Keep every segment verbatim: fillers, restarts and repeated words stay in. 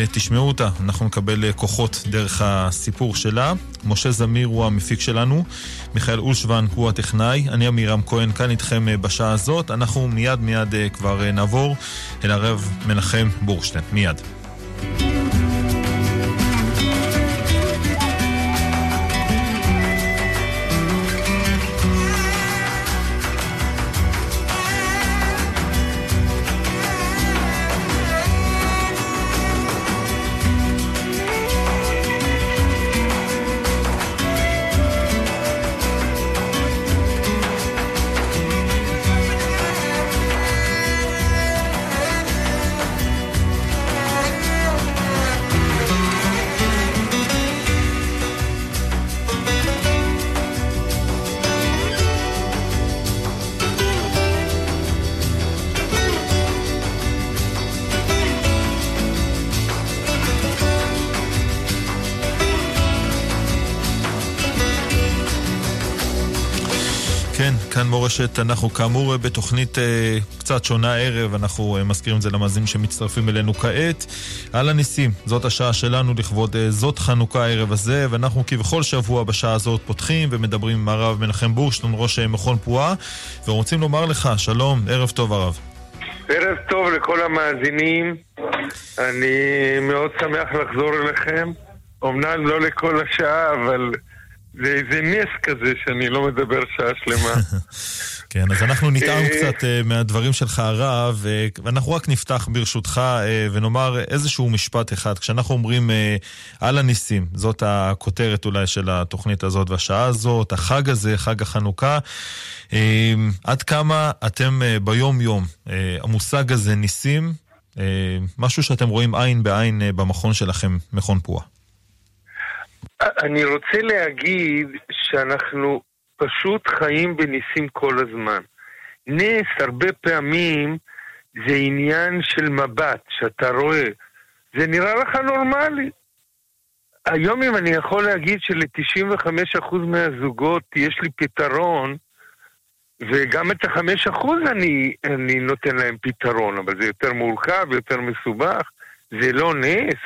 תשמעו אותה, אנחנו נקבל כוחות דרך הסיפור שלה. משה זמיר הוא המפיק שלנו, מיכאל אולשוון הוא הטכנאי, אני אמירם כהן כאן איתכם בשעה הזאת. אנחנו מיד מיד כבר נעבור אל הרב מנחם בורשטיין, מיד. כאן מורשת, אנחנו כאמור בתוכנית אה, קצת שונה ערב, אנחנו אה, מזכירים את זה למאזינים שמצטרפים אלינו כעת. על הניסים, זאת השעה שלנו לכבוד אה, זאת חנוכה הערב הזה, ואנחנו כבכל שבוע בשעה הזאת פותחים ומדברים עם הרב מנחם בורשטיין, ראש אה, מכון פועה, ורוצים לומר לך, שלום, ערב טוב הרב. ערב טוב לכל המאזינים, אני מאוד שמח לחזור אליכם, אמנם לא לכל השעה, אבל... זה איזה נס כזה שאני לא מדבר שעה שלמה. כן, אז אנחנו נטעם קצת מהדברים שלך הרב, ואנחנו רק נפתח ברשותך ונאמר איזשהו משפט אחד. כשאנחנו אומרים על הניסים, זאת הכותרת אולי של התוכנית הזאת והשעה הזאת, החג הזה, חג החנוכה, עד כמה אתם ביום יום, המושג הזה ניסים, משהו שאתם רואים עין בעין במכון שלכם, מכון פועה? אני רוצה להגיד שאנחנו פשוט חיים בניסים כל הזמן. נס הרבה פעמים זה עניין של מבט שאתה רואה. זה נראה לך נורמלי. היום אם אני יכול להגיד של-תשעים וחמישה אחוז מהזוגות יש לי פתרון, וגם את ה-חמישה אחוז אני, אני נותן להם פתרון, אבל זה יותר מורכב, יותר מסובך. זה לא נס.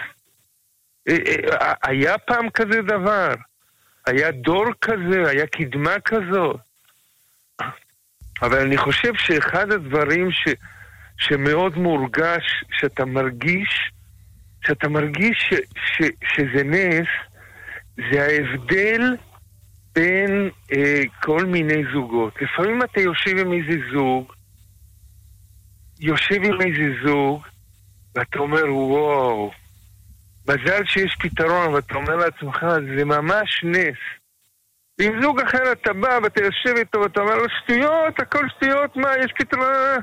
היה פעם כזה דבר, היה דור כזה, היה קדמה כזאת. אבל אני חושב שאחד הדברים ש, שמאוד מורגש, שאתה מרגיש, שאתה מרגיש ש, ש, שזה נס, זה ההבדל בין אה, כל מיני זוגות. לפעמים אתה יושב עם איזה זוג, יושב עם איזה זוג, ואתה אומר וואו, מזל שיש פתרון, ואתה אומר לעצמך, זה ממש נס. ועם זוג אחר אתה בא, ואתה יושב איתו, ואתה אומר לו, שטויות, הכל שטויות, מה, יש פתרון?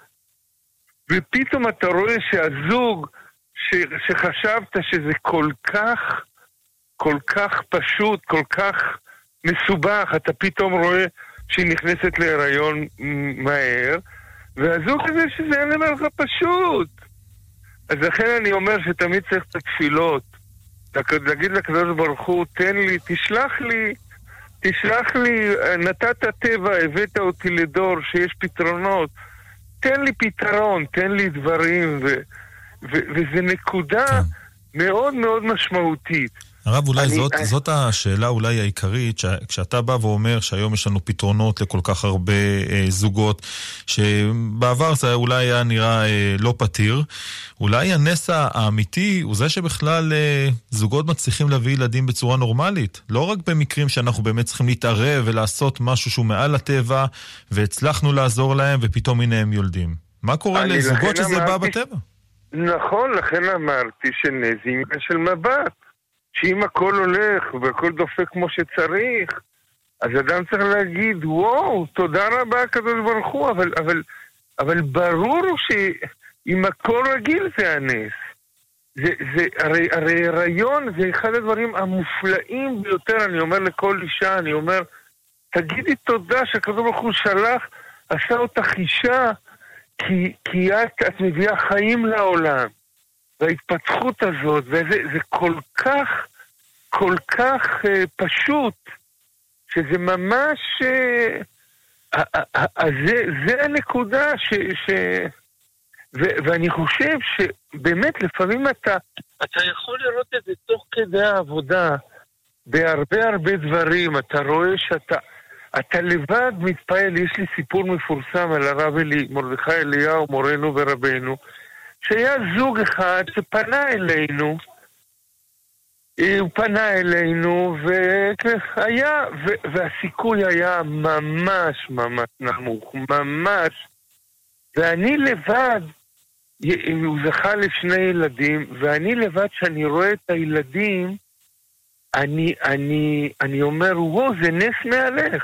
ופתאום אתה רואה שהזוג ש... שחשבת שזה כל כך, כל כך פשוט, כל כך מסובך, אתה פתאום רואה שהיא נכנסת להיריון מהר, והזוג הזה שזה אין לך פשוט. אז לכן אני אומר שתמיד צריך את התפילות. להגיד לקדוש ברוך הוא, תן לי, תשלח לי, תשלח לי, נתת טבע, הבאת אותי לדור שיש פתרונות. תן לי פתרון, תן לי דברים, ו, ו, וזה נקודה כן. מאוד מאוד משמעותית. הרב, אולי אני, זאת, אני... זאת השאלה אולי העיקרית, כשאתה בא ואומר שהיום יש לנו פתרונות לכל כך הרבה אה, זוגות, שבעבר זה אולי היה נראה אה, לא פתיר, אולי הנס האמיתי הוא זה שבכלל אה, זוגות מצליחים להביא ילדים בצורה נורמלית, לא רק במקרים שאנחנו באמת צריכים להתערב ולעשות משהו שהוא מעל הטבע, והצלחנו לעזור להם ופתאום הנה הם יולדים. מה קורה לזוגות שזה אמרתי... בא בטבע? נכון, לכן אמרתי שנס זה עניין של מבט. שאם הכל הולך והכל דופק כמו שצריך, אז אדם צריך להגיד, וואו, תודה רבה הקדוש ברוך הוא, אבל, אבל, אבל ברור שאם הכל רגיל זה הנס. זה, זה, הרי, הרי הריון זה אחד הדברים המופלאים ביותר, אני אומר לכל אישה, אני אומר, תגידי תודה שהקדוש ברוך הוא שלח, עשה אותך אישה, כי, כי את, את מביאה חיים לעולם. וההתפתחות הזאת, וזה זה כל כך, כל כך uh, פשוט, שזה ממש, uh, uh, uh, uh, זה, זה הנקודה ש... ש ו, ואני חושב שבאמת לפעמים אתה, אתה יכול לראות את זה תוך כדי העבודה, בהרבה הרבה דברים, אתה רואה שאתה, אתה לבד מתפעל. יש לי סיפור מפורסם על הרב אלי, מרדכי אליהו, מורנו ורבנו, שהיה זוג אחד שפנה אלינו, הוא פנה אלינו, והיה, והסיכוי היה ממש ממש נמוך, ממש, ואני לבד, הוא זכה לשני ילדים, ואני לבד שאני רואה את הילדים, אני, אני, אני אומר, וואו, זה נס מהלך.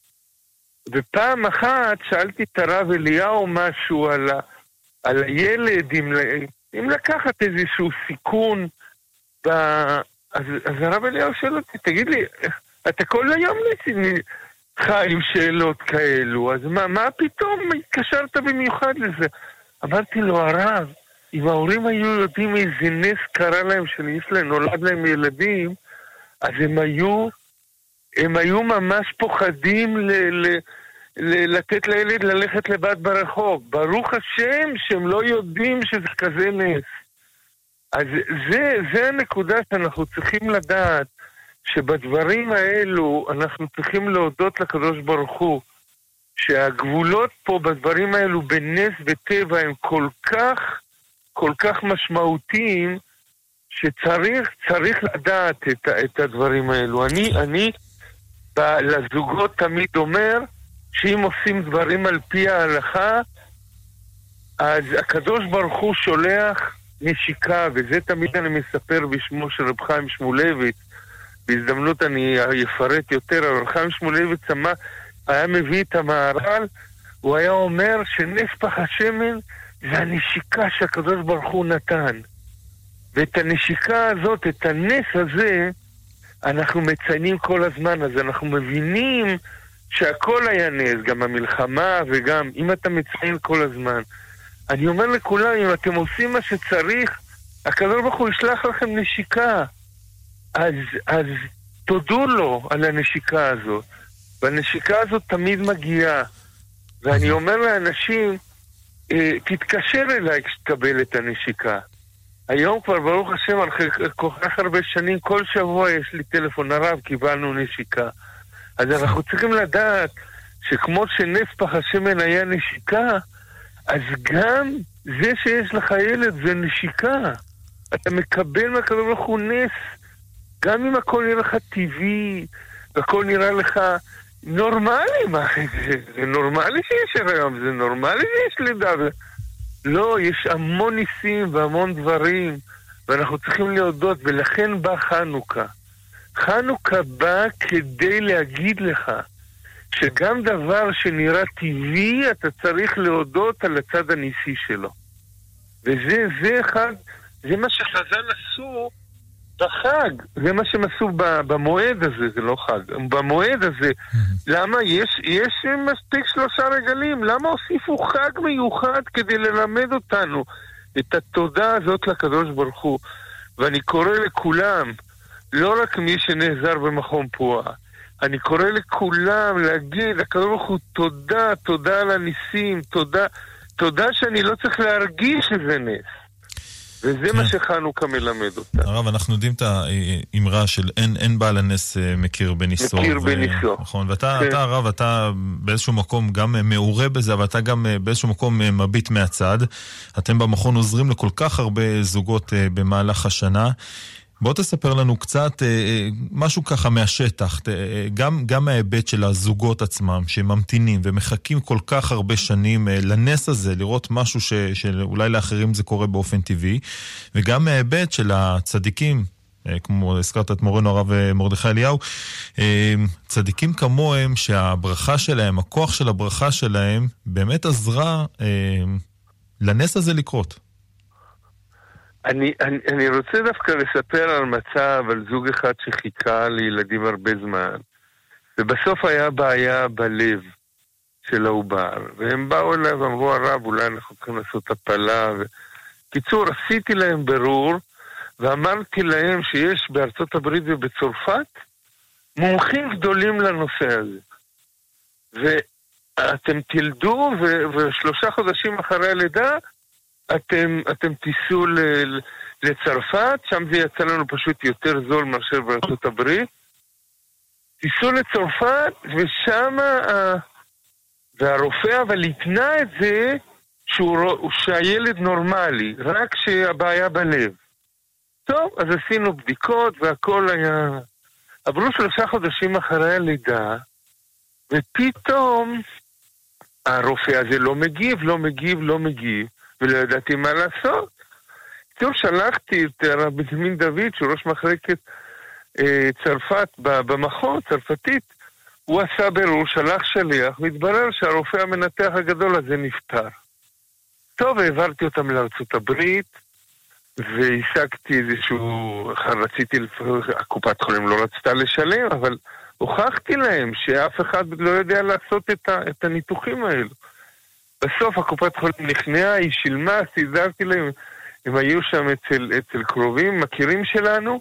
ופעם אחת שאלתי את הרב אליהו משהו על, ה, על הילד, אם, אם לקחת איזשהו סיכון, ב, אז, אז הרב אליהו שואל אותי, תגיד לי, אתה כל היום חי עם שאלות כאלו, אז מה, מה פתאום התקשרת במיוחד לזה? אמרתי לו, הרב, אם ההורים היו יודעים איזה נס קרה להם, שיש להם, נולד להם ילדים, אז הם היו, הם היו ממש פוחדים ל, ל, ל, לתת לילד ללכת לבד ברחוב. ברוך השם שהם לא יודעים שזה כזה נס. אז זה, זה הנקודה שאנחנו צריכים לדעת, שבדברים האלו אנחנו צריכים להודות לקדוש ברוך הוא, שהגבולות פה בדברים האלו בנס וטבע הם כל כך, כל כך משמעותיים, שצריך, צריך לדעת את, את הדברים האלו. אני, אני ב, לזוגות תמיד אומר, שאם עושים דברים על פי ההלכה, אז הקדוש ברוך הוא שולח נשיקה, וזה תמיד אני מספר בשמו של רב חיים שמואלביץ, בהזדמנות אני אפרט יותר, רב חיים שמואלביץ היה מביא את המהר"ל, הוא היה אומר שנס פח השמן זה הנשיקה שהקדוש ברוך הוא נתן. ואת הנשיקה הזאת, את הנס הזה, אנחנו מציינים כל הזמן, אז אנחנו מבינים שהכל היה נס, גם המלחמה וגם, אם אתה מציין כל הזמן. אני אומר לכולם, אם אתם עושים מה שצריך, הקדוש ברוך הוא ישלח לכם נשיקה. אז, אז תודו לו על הנשיקה הזאת. והנשיקה הזאת תמיד מגיעה. ואני אומר לאנשים, תתקשר אליי כשתקבל את הנשיקה. היום כבר ברוך השם, אחרי כל כך הרבה שנים, כל שבוע יש לי טלפון, הרב, קיבלנו נשיקה. אז אנחנו צריכים לדעת שכמו שנס פח השמן היה נשיקה, אז גם זה שיש לך ילד זה נשיקה. אתה מקבל מהקדוש ברוך הוא נס, גם אם הכל נראה לך טבעי, והכל נראה לך נורמלי, מה זה? זה נורמלי שיש היום, זה נורמלי שיש לידה. לא, יש המון ניסים והמון דברים, ואנחנו צריכים להודות, ולכן בא חנוכה. חנוכה בא כדי להגיד לך, שגם דבר שנראה טבעי, אתה צריך להודות על הצד הניסי שלו. וזה, זה אחד, זה מה שחז"ל עשו בחג, זה מה שהם עשו במועד הזה, זה לא חג, במועד הזה. למה? יש, יש מספיק שלושה רגלים, למה הוסיפו חג מיוחד כדי ללמד אותנו את התודה הזאת לקדוש ברוך הוא? ואני קורא לכולם, לא רק מי שנעזר במכון פועה, אני קורא לכולם להגיד, הקדוש ברוך הוא תודה, תודה על הניסים, תודה, תודה שאני לא צריך להרגיש שזה נס. וזה מה שחנוכה מלמד אותה. הרב, אנחנו יודעים את האמרה של אין, אין בעל הנס מכיר בניסו. מכיר בניסו. נכון, ואתה, אתה, הרב, אתה באיזשהו מקום גם מעורה בזה, אבל אתה גם באיזשהו מקום מביט מהצד. אתם במכון עוזרים לכל כך הרבה זוגות במהלך השנה. בוא תספר לנו קצת משהו ככה מהשטח, גם, גם מההיבט של הזוגות עצמם, שממתינים ומחכים כל כך הרבה שנים לנס הזה, לראות משהו ש, שאולי לאחרים זה קורה באופן טבעי, וגם מההיבט של הצדיקים, כמו הזכרת את מורנו הרב מרדכי אליהו, צדיקים כמוהם שהברכה שלהם, הכוח של הברכה שלהם, באמת עזרה לנס הזה לקרות. אני, אני, אני רוצה דווקא לספר על מצב, על זוג אחד שחיכה לילדים הרבה זמן, ובסוף היה בעיה בלב של העובר, והם באו אליו ואמרו, הרב, אולי אנחנו צריכים לעשות הפלה, ו... קיצור, עשיתי להם ברור, ואמרתי להם שיש בארצות הברית ובצרפת, מומחים גדולים לנושא הזה. ואתם תלדו, ו... ושלושה חודשים אחרי הלידה, אתם, אתם תיסעו ל, לצרפת, שם זה יצא לנו פשוט יותר זול מאשר בארצות הברית. תיסעו לצרפת, ושם, והרופא אבל התנה את זה, שהוא, שהילד נורמלי, רק שהבעיה בלב. טוב, אז עשינו בדיקות, והכל היה... עברו שלושה חודשים אחרי הלידה, ופתאום הרופא הזה לא מגיב, לא מגיב, לא מגיב, ולא ידעתי מה לעשות. טוב, שלחתי את הרב בנימין דוד, שהוא ראש מחלקת אה, צרפת במחוז, צרפתית, הוא עשה ברור, שלח שליח, והתברר שהרופא המנתח הגדול הזה נפטר. טוב, העברתי אותם לארצות הברית, והשגתי איזשהו, רציתי, הקופת חולים לא רצתה לשלם, אבל הוכחתי להם שאף אחד לא יודע לעשות את, ה, את הניתוחים האלו. בסוף הקופת חולים נכנעה, היא שילמה, סידרתי להם, הם היו שם אצל, אצל קרובים, מכירים שלנו,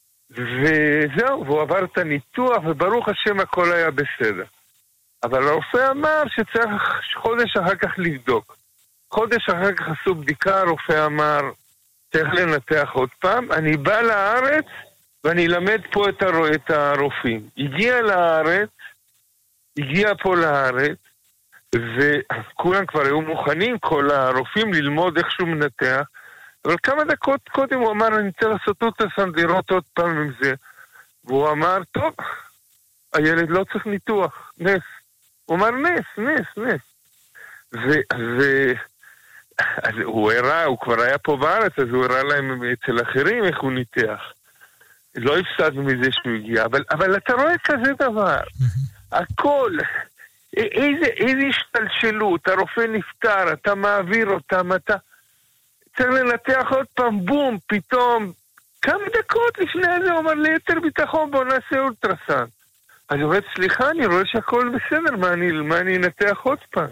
וזהו, והוא עבר את הניתוח, וברוך השם הכל היה בסדר. אבל הרופא אמר שצריך חודש אחר כך לבדוק. חודש אחר כך עשו בדיקה, הרופא אמר, צריך לנתח עוד פעם, אני בא לארץ, ואני אלמד פה את, הר... את הרופאים. הגיע לארץ, הגיע פה לארץ, וכולם כבר היו מוכנים, כל הרופאים, ללמוד איך שהוא מנתח, אבל כמה דקות קודם הוא אמר, אני צריך לעשות עוד לראות עוד פעם עם זה. והוא אמר, טוב, הילד לא צריך ניתוח, נס. הוא אמר, נס, נס, נס. ו... ו... אז הוא הראה, הוא כבר היה פה בארץ, אז הוא הראה להם אצל אחרים איך הוא ניתח. לא הפסדנו מזה שהוא הגיע, אבל, אבל אתה רואה כזה דבר. הכל, איזה, איזה השתלשלות, הרופא נפטר, אתה מעביר אותם, אתה צריך לנתח עוד פעם, בום, פתאום, כמה דקות לפני זה הוא אמר לי, יותר ביטחון, בוא נעשה אולטרסאונד. אז הוא אומר, סליחה, אני רואה שהכל בסדר, מה אני, מה אני אנתח עוד פעם?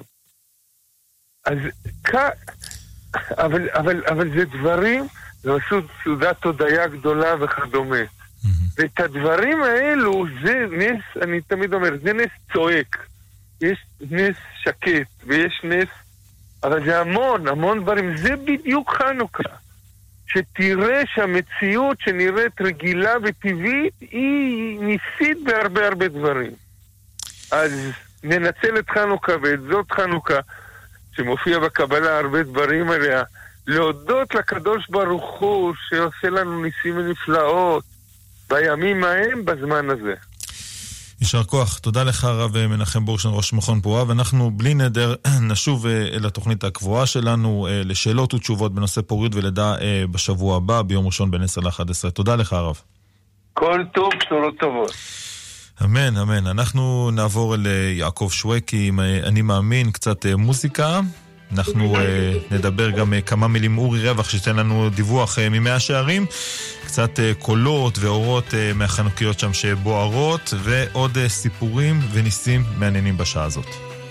אז כ... אבל, אבל, אבל זה דברים, זה עשו סעודת תודעה גדולה וכדומה. Mm-hmm. ואת הדברים האלו, זה נס, אני תמיד אומר, זה נס צועק. יש נס שקט, ויש נס, אבל זה המון, המון דברים. זה בדיוק חנוכה. שתראה שהמציאות שנראית רגילה וטבעית, היא ניסית בהרבה הרבה דברים. אז ננצל את חנוכה, ואת זאת חנוכה, שמופיע בקבלה הרבה דברים עליה, להודות לקדוש ברוך הוא שעושה לנו ניסים ונפלאות בימים ההם בזמן הזה. יישר כוח, תודה לך הרב מנחם בורשטיין, ראש מכון פועה, ואנחנו בלי נדר נשוב אל התוכנית הקבועה שלנו לשאלות ותשובות בנושא פוריות ולידה בשבוע הבא, ביום ראשון בין עשר לאחת עשרה. תודה לך הרב. כל טוב, בשורות טובות. אמן, אמן. אנחנו נעבור אל יעקב שווקי עם אני מאמין, קצת מוזיקה. אנחנו נדבר גם כמה מילים אורי רווח שתן לנו דיווח ממאה שערים, קצת קולות ואורות מהחנוכיות שם שבוערות, ועוד סיפורים וניסים מעניינים בשעה הזאת.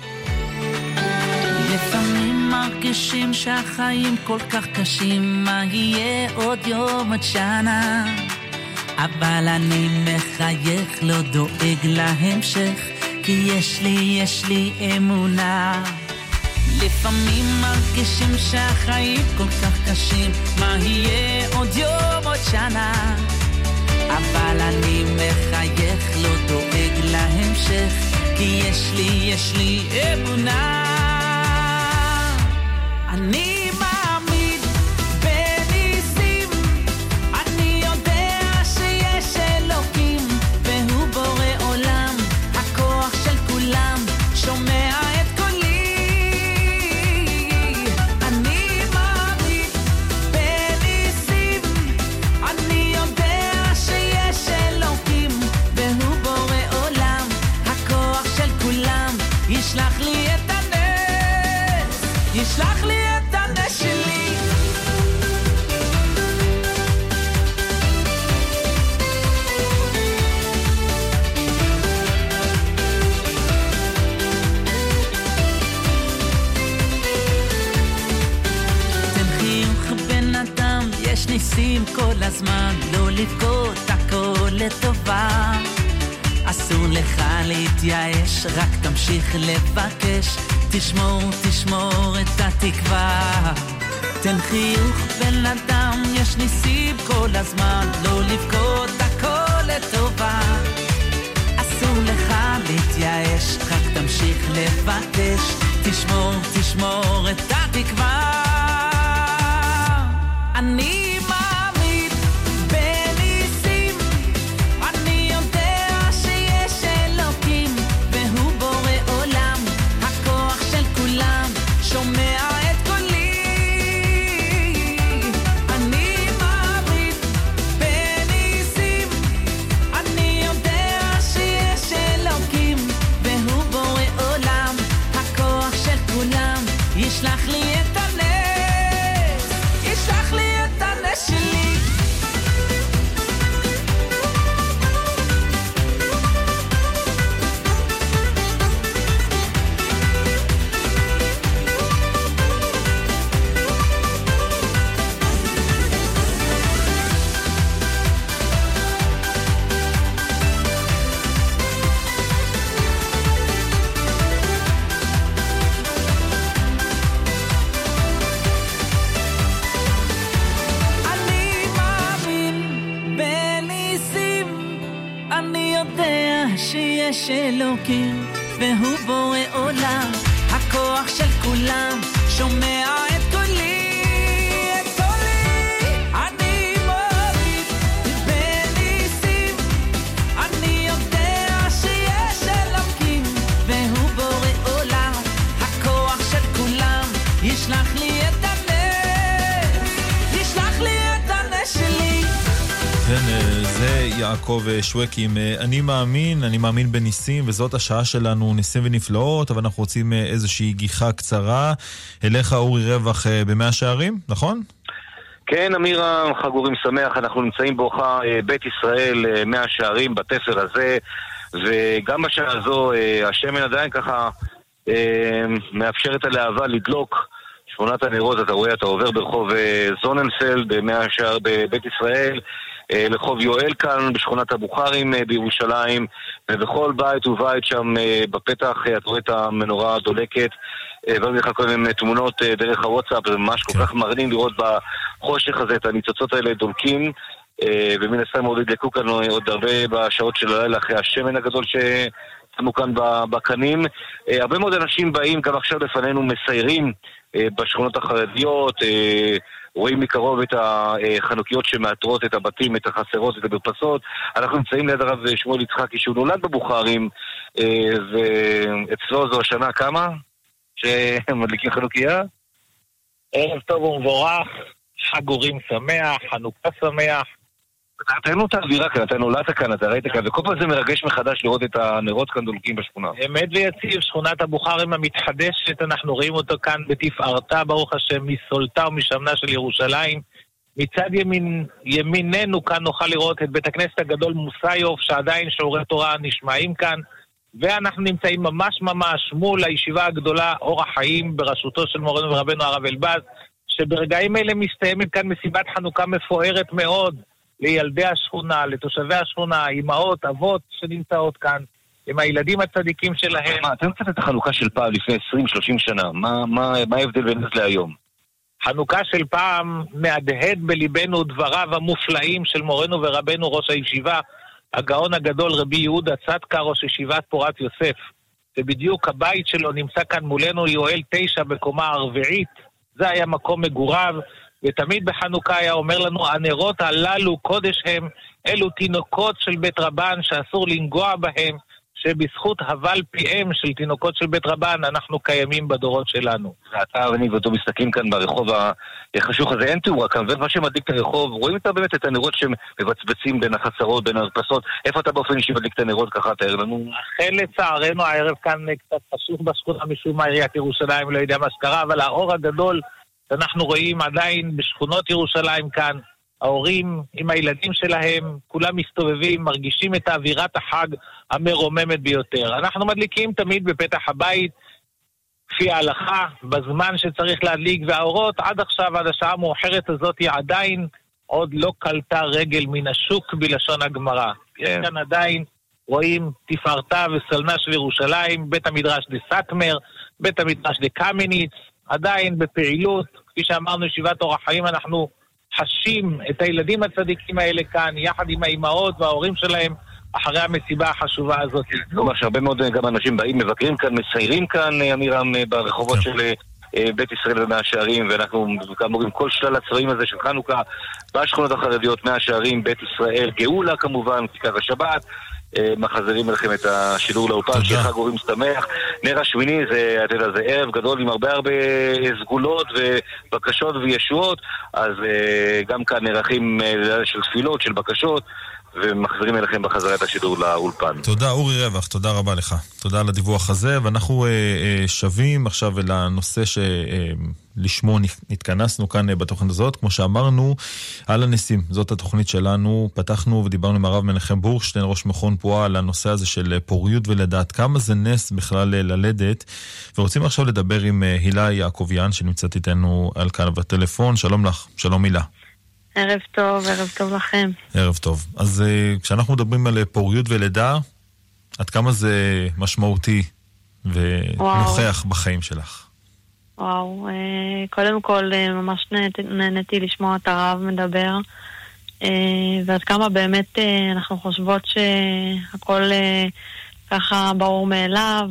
לפעמים מרגישים שהחיים כל כך קשים, מה יהיה עוד יום עד שנה, אבל אני מחייך, לא דואג להמשך, כי יש לי, יש לי אמונה. לפעמים מרגישים שהחיים כל כך קשים, מה יהיה עוד יום עוד שנה, אבל אני מחייך, לא דואג להמשך, כי יש לי, יש לי אמונה. אני שלח לי את הנס שלי. תן חיוך בן אדם, יש ניסים כל הזמן, לא לבכות, הכל לטובה. אסור לך להתייאש, רק תמשיך לבקש, תשמור, תשמור את התקווה. תן חיוך בן אדם, יש ניסים כל הזמן, לא לבכות הכל לטובה. אסור לך להתייאש, רק תמשיך לבקש, תשמור, תשמור את התקווה. אני מאמין בניסים, אני יודע שיש אלוקים, והוא בורא עולם, הכוח של כולם, שומע את קולי. אני מאמין בניסים, אני יודע שיש אלוקים, והוא בורא עולם, הכוח של כולם, ישלח לי את הנס, ישלח לי את הנס שלי. אני מאמין בניסים, אני יודע שיש אלוקים, והוא בורא עולם, הכוח של כולם, שומע את קולי, את קולי. אני מאמין בניסים, אני יודע שיש אלוקים, והוא בורא עולם, הכוח של כולם, ישלח לי את הנס, ישלח לי את הנס שלי. כן, אה, זה יעקב שווקי עם אה, אני מאמין, אני מאמין בניסים, וזאת השעה שלנו, ניסים ונפלאות, אבל אנחנו רוצים אה, איזושהי גיחה קצרה. אליך אורי רווח אה, במאה שערים, נכון? כן, אמירה, חג אורים שמח, אנחנו נמצאים ברוכה אה, בית ישראל, אה, מאה שערים, בתפר הזה, וגם בשעה הזו אה, השמן עדיין ככה אה, מאפשר את הלהבה לדלוק. שמונת הנרות, אתה רואה, אתה עובר ברחוב אה, זוננפלד, במאה שער בבית ישראל, אה, לחוב יואל כאן, בשכונת הבוכרים אה, בירושלים, ובכל בית ובית שם אה, בפתח, אה, אתה רואה את המנורה הדולקת, אה, ועוד לך כל מיני תמונות אה, דרך הוואטסאפ, זה ממש כל כך מרנין לראות בחושך הזה את הניצוצות האלה דולקים, אה, ומן הסתם עוד ידלקו כאן עוד הרבה בשעות של הלילה אחרי השמן הגדול ששמו כאן בקנים. אה, הרבה מאוד אנשים באים גם עכשיו לפנינו מסיירים אה, בשכונות החרדיות, אה, רואים מקרוב את החנוכיות שמאתרות את הבתים, את החסרות, את המרפסות. אנחנו נמצאים ליד הרב שמואל יצחקי שהוא נולד בבוכרים, ואצלו זו השנה כמה? שמדליקים חנוכיה? ערב טוב ומבורך, חג אורים שמח, חנוכה שמח. אתה ראינו את האווירה כאן, אתה נולדת כאן, אתה ראית כאן, וכל פעם זה מרגש מחדש לראות את הנרות כאן דולקים בשכונה. אמת ויציב, שכונת הבוכרים המתחדשת, אנחנו רואים אותו כאן בתפארתה, ברוך השם, מסולתה ומשמנה של ירושלים. מצד ימין, ימיננו כאן נוכל לראות את בית הכנסת הגדול מוסיוף, שעדיין שיעורי תורה נשמעים כאן, ואנחנו נמצאים ממש ממש מול הישיבה הגדולה אור החיים, בראשותו של מורנו ורבנו הרב אלבז, שברגעים אלה מסתיימת כאן מסיבת חנוכה מפוארת מאוד, לילדי השכונה, לתושבי השכונה, אמהות, אבות שנמצאות כאן, עם הילדים הצדיקים שלהם. מה, אתם קצת את החנוכה של פעם לפני עשרים שלושים שנה, מה, מה, מה ההבדל בין זה להיום? חנוכה של פעם מהדהד בליבנו דבריו המופלאים של מורנו ורבנו ראש הישיבה, הגאון הגדול רבי יהודה צדקה, ראש ישיבת פורת יוסף. ובדיוק הבית שלו נמצא כאן מולנו, יואל תשע בקומה הרביעית, זה היה מקום מגוריו, ותמיד בחנוכה היה אומר לנו, הנרות הללו קודש הם, אלו תינוקות של בית רבן שאסור לנגוע בהם, שבזכות הבל פיהם של תינוקות של בית רבן אנחנו קיימים בדורות שלנו. ואתה ואני ואותו מסתכלים כאן ברחוב החשוך הזה, אין תאורה כאן, ומה שמדליק את הרחוב, רואים את באמת את הנרות שמבצבצים בין החצרות, בין הרפסות, איפה אתה באופן אישי מדליק את הנרות ככה, תאר לנו? אכן לצערנו הערב כאן קצת חשוך בשכונה משום מה עיריית ירושלים, לא יודע מה שקרה, אבל האור הגדול שאנחנו רואים עדיין בשכונות ירושלים כאן, ההורים עם הילדים שלהם, כולם מסתובבים, מרגישים את אווירת החג המרוממת ביותר. אנחנו מדליקים תמיד בפתח הבית, כפי ההלכה, בזמן שצריך להדליק, והאורות עד עכשיו, עד השעה המאוחרת הזאת, היא עדיין עוד לא קלטה רגל מן השוק בלשון הגמרא. Yeah. יש כאן עדיין, רואים תפארתה וסלנה של ירושלים, בית המדרש דה סאטמר, בית המדרש דה קמיניץ, עדיין בפעילות, כפי שאמרנו, ישיבת אור החיים, אנחנו חשים את הילדים הצדיקים האלה כאן, יחד עם האימהות וההורים שלהם, אחרי המסיבה החשובה הזאת. כלומר שהרבה מאוד גם אנשים באים, מבקרים כאן, מסיירים כאן, אמירם, ברחובות של בית ישראל ומאה שערים, ואנחנו כאמורים כל שלל הצבעים הזה של חנוכה, בשכונות החרדיות, מאה שערים, בית ישראל, גאולה כמובן, כיכר השבת, מחזירים לכם את השידור לאופן, שיהיה חג אורים שמח. נר השמיני זה, אתה יודע, זה ערב גדול עם הרבה הרבה סגולות ובקשות וישועות, אז גם כאן נערכים של תפילות, של בקשות, ומחזירים אליכם בחזרה את השידור לאולפן. תודה אורי רווח, תודה רבה לך. תודה על הדיווח הזה, ואנחנו אה, אה, שווים עכשיו אל הנושא שלשמו אה, נתכנסנו כאן אה, בתוכנית הזאת, כמו שאמרנו, על הניסים. זאת התוכנית שלנו, פתחנו ודיברנו עם הרב מנחם בורשטיין, ראש מכון פועה, על הנושא הזה של פוריות ולדעת כמה זה נס בכלל ללדת, ורוצים עכשיו לדבר עם אה, הילה יעקוביאן, שנמצאת איתנו על כאן בטלפון. שלום לך, שלום הילה. ערב טוב, ערב טוב לכם. ערב טוב. אז uh, כשאנחנו מדברים על פוריות ולידה, עד כמה זה משמעותי ונוכח וואו. בחיים שלך? וואו, uh, קודם כל uh, ממש נהניתי לשמוע את הרב מדבר, uh, ועד כמה באמת uh, אנחנו חושבות שהכל uh, ככה ברור מאליו,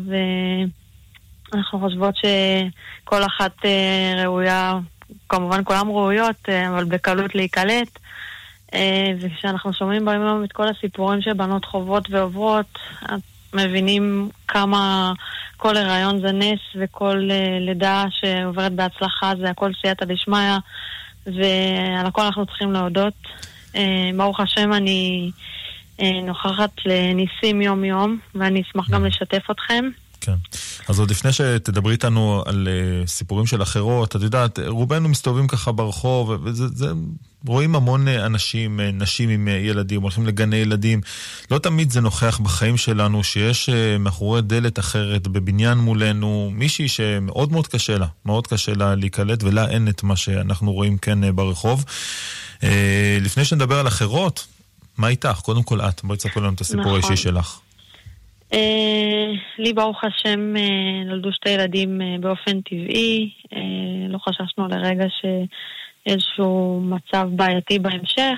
ואנחנו חושבות שכל אחת uh, ראויה, כמובן כולם ראויות, אבל בקלות להיקלט, וכשאנחנו שומעים בימים היום את כל הסיפורים שבנות חוות ועוברות, מבינים כמה כל הריון זה נס, וכל לידה שעוברת בהצלחה זה הכל סייעתא דשמיא, ועל הכל אנחנו צריכים להודות. ברוך השם, אני נוכחת לניסים יום יום, ואני אשמח גם לשתף אתכם. כן. אז עוד לפני שתדברי איתנו על uh, סיפורים של אחרות, את יודעת, רובנו מסתובבים ככה ברחוב, וזה, זה, רואים המון אנשים, נשים עם ילדים, הולכים לגני ילדים. לא תמיד זה נוכח בחיים שלנו, שיש uh, מאחורי דלת אחרת, בבניין מולנו, מישהי שמאוד מאוד קשה לה, מאוד קשה לה להיקלט, ולה אין את מה שאנחנו רואים כן uh, ברחוב. Uh, לפני שנדבר על אחרות, מה איתך? קודם כל את, בואי תספר לנו את הסיפור האישי שלך. לי ברוך השם נולדו שתי ילדים באופן טבעי, לא חששנו לרגע שאיזשהו מצב בעייתי בהמשך,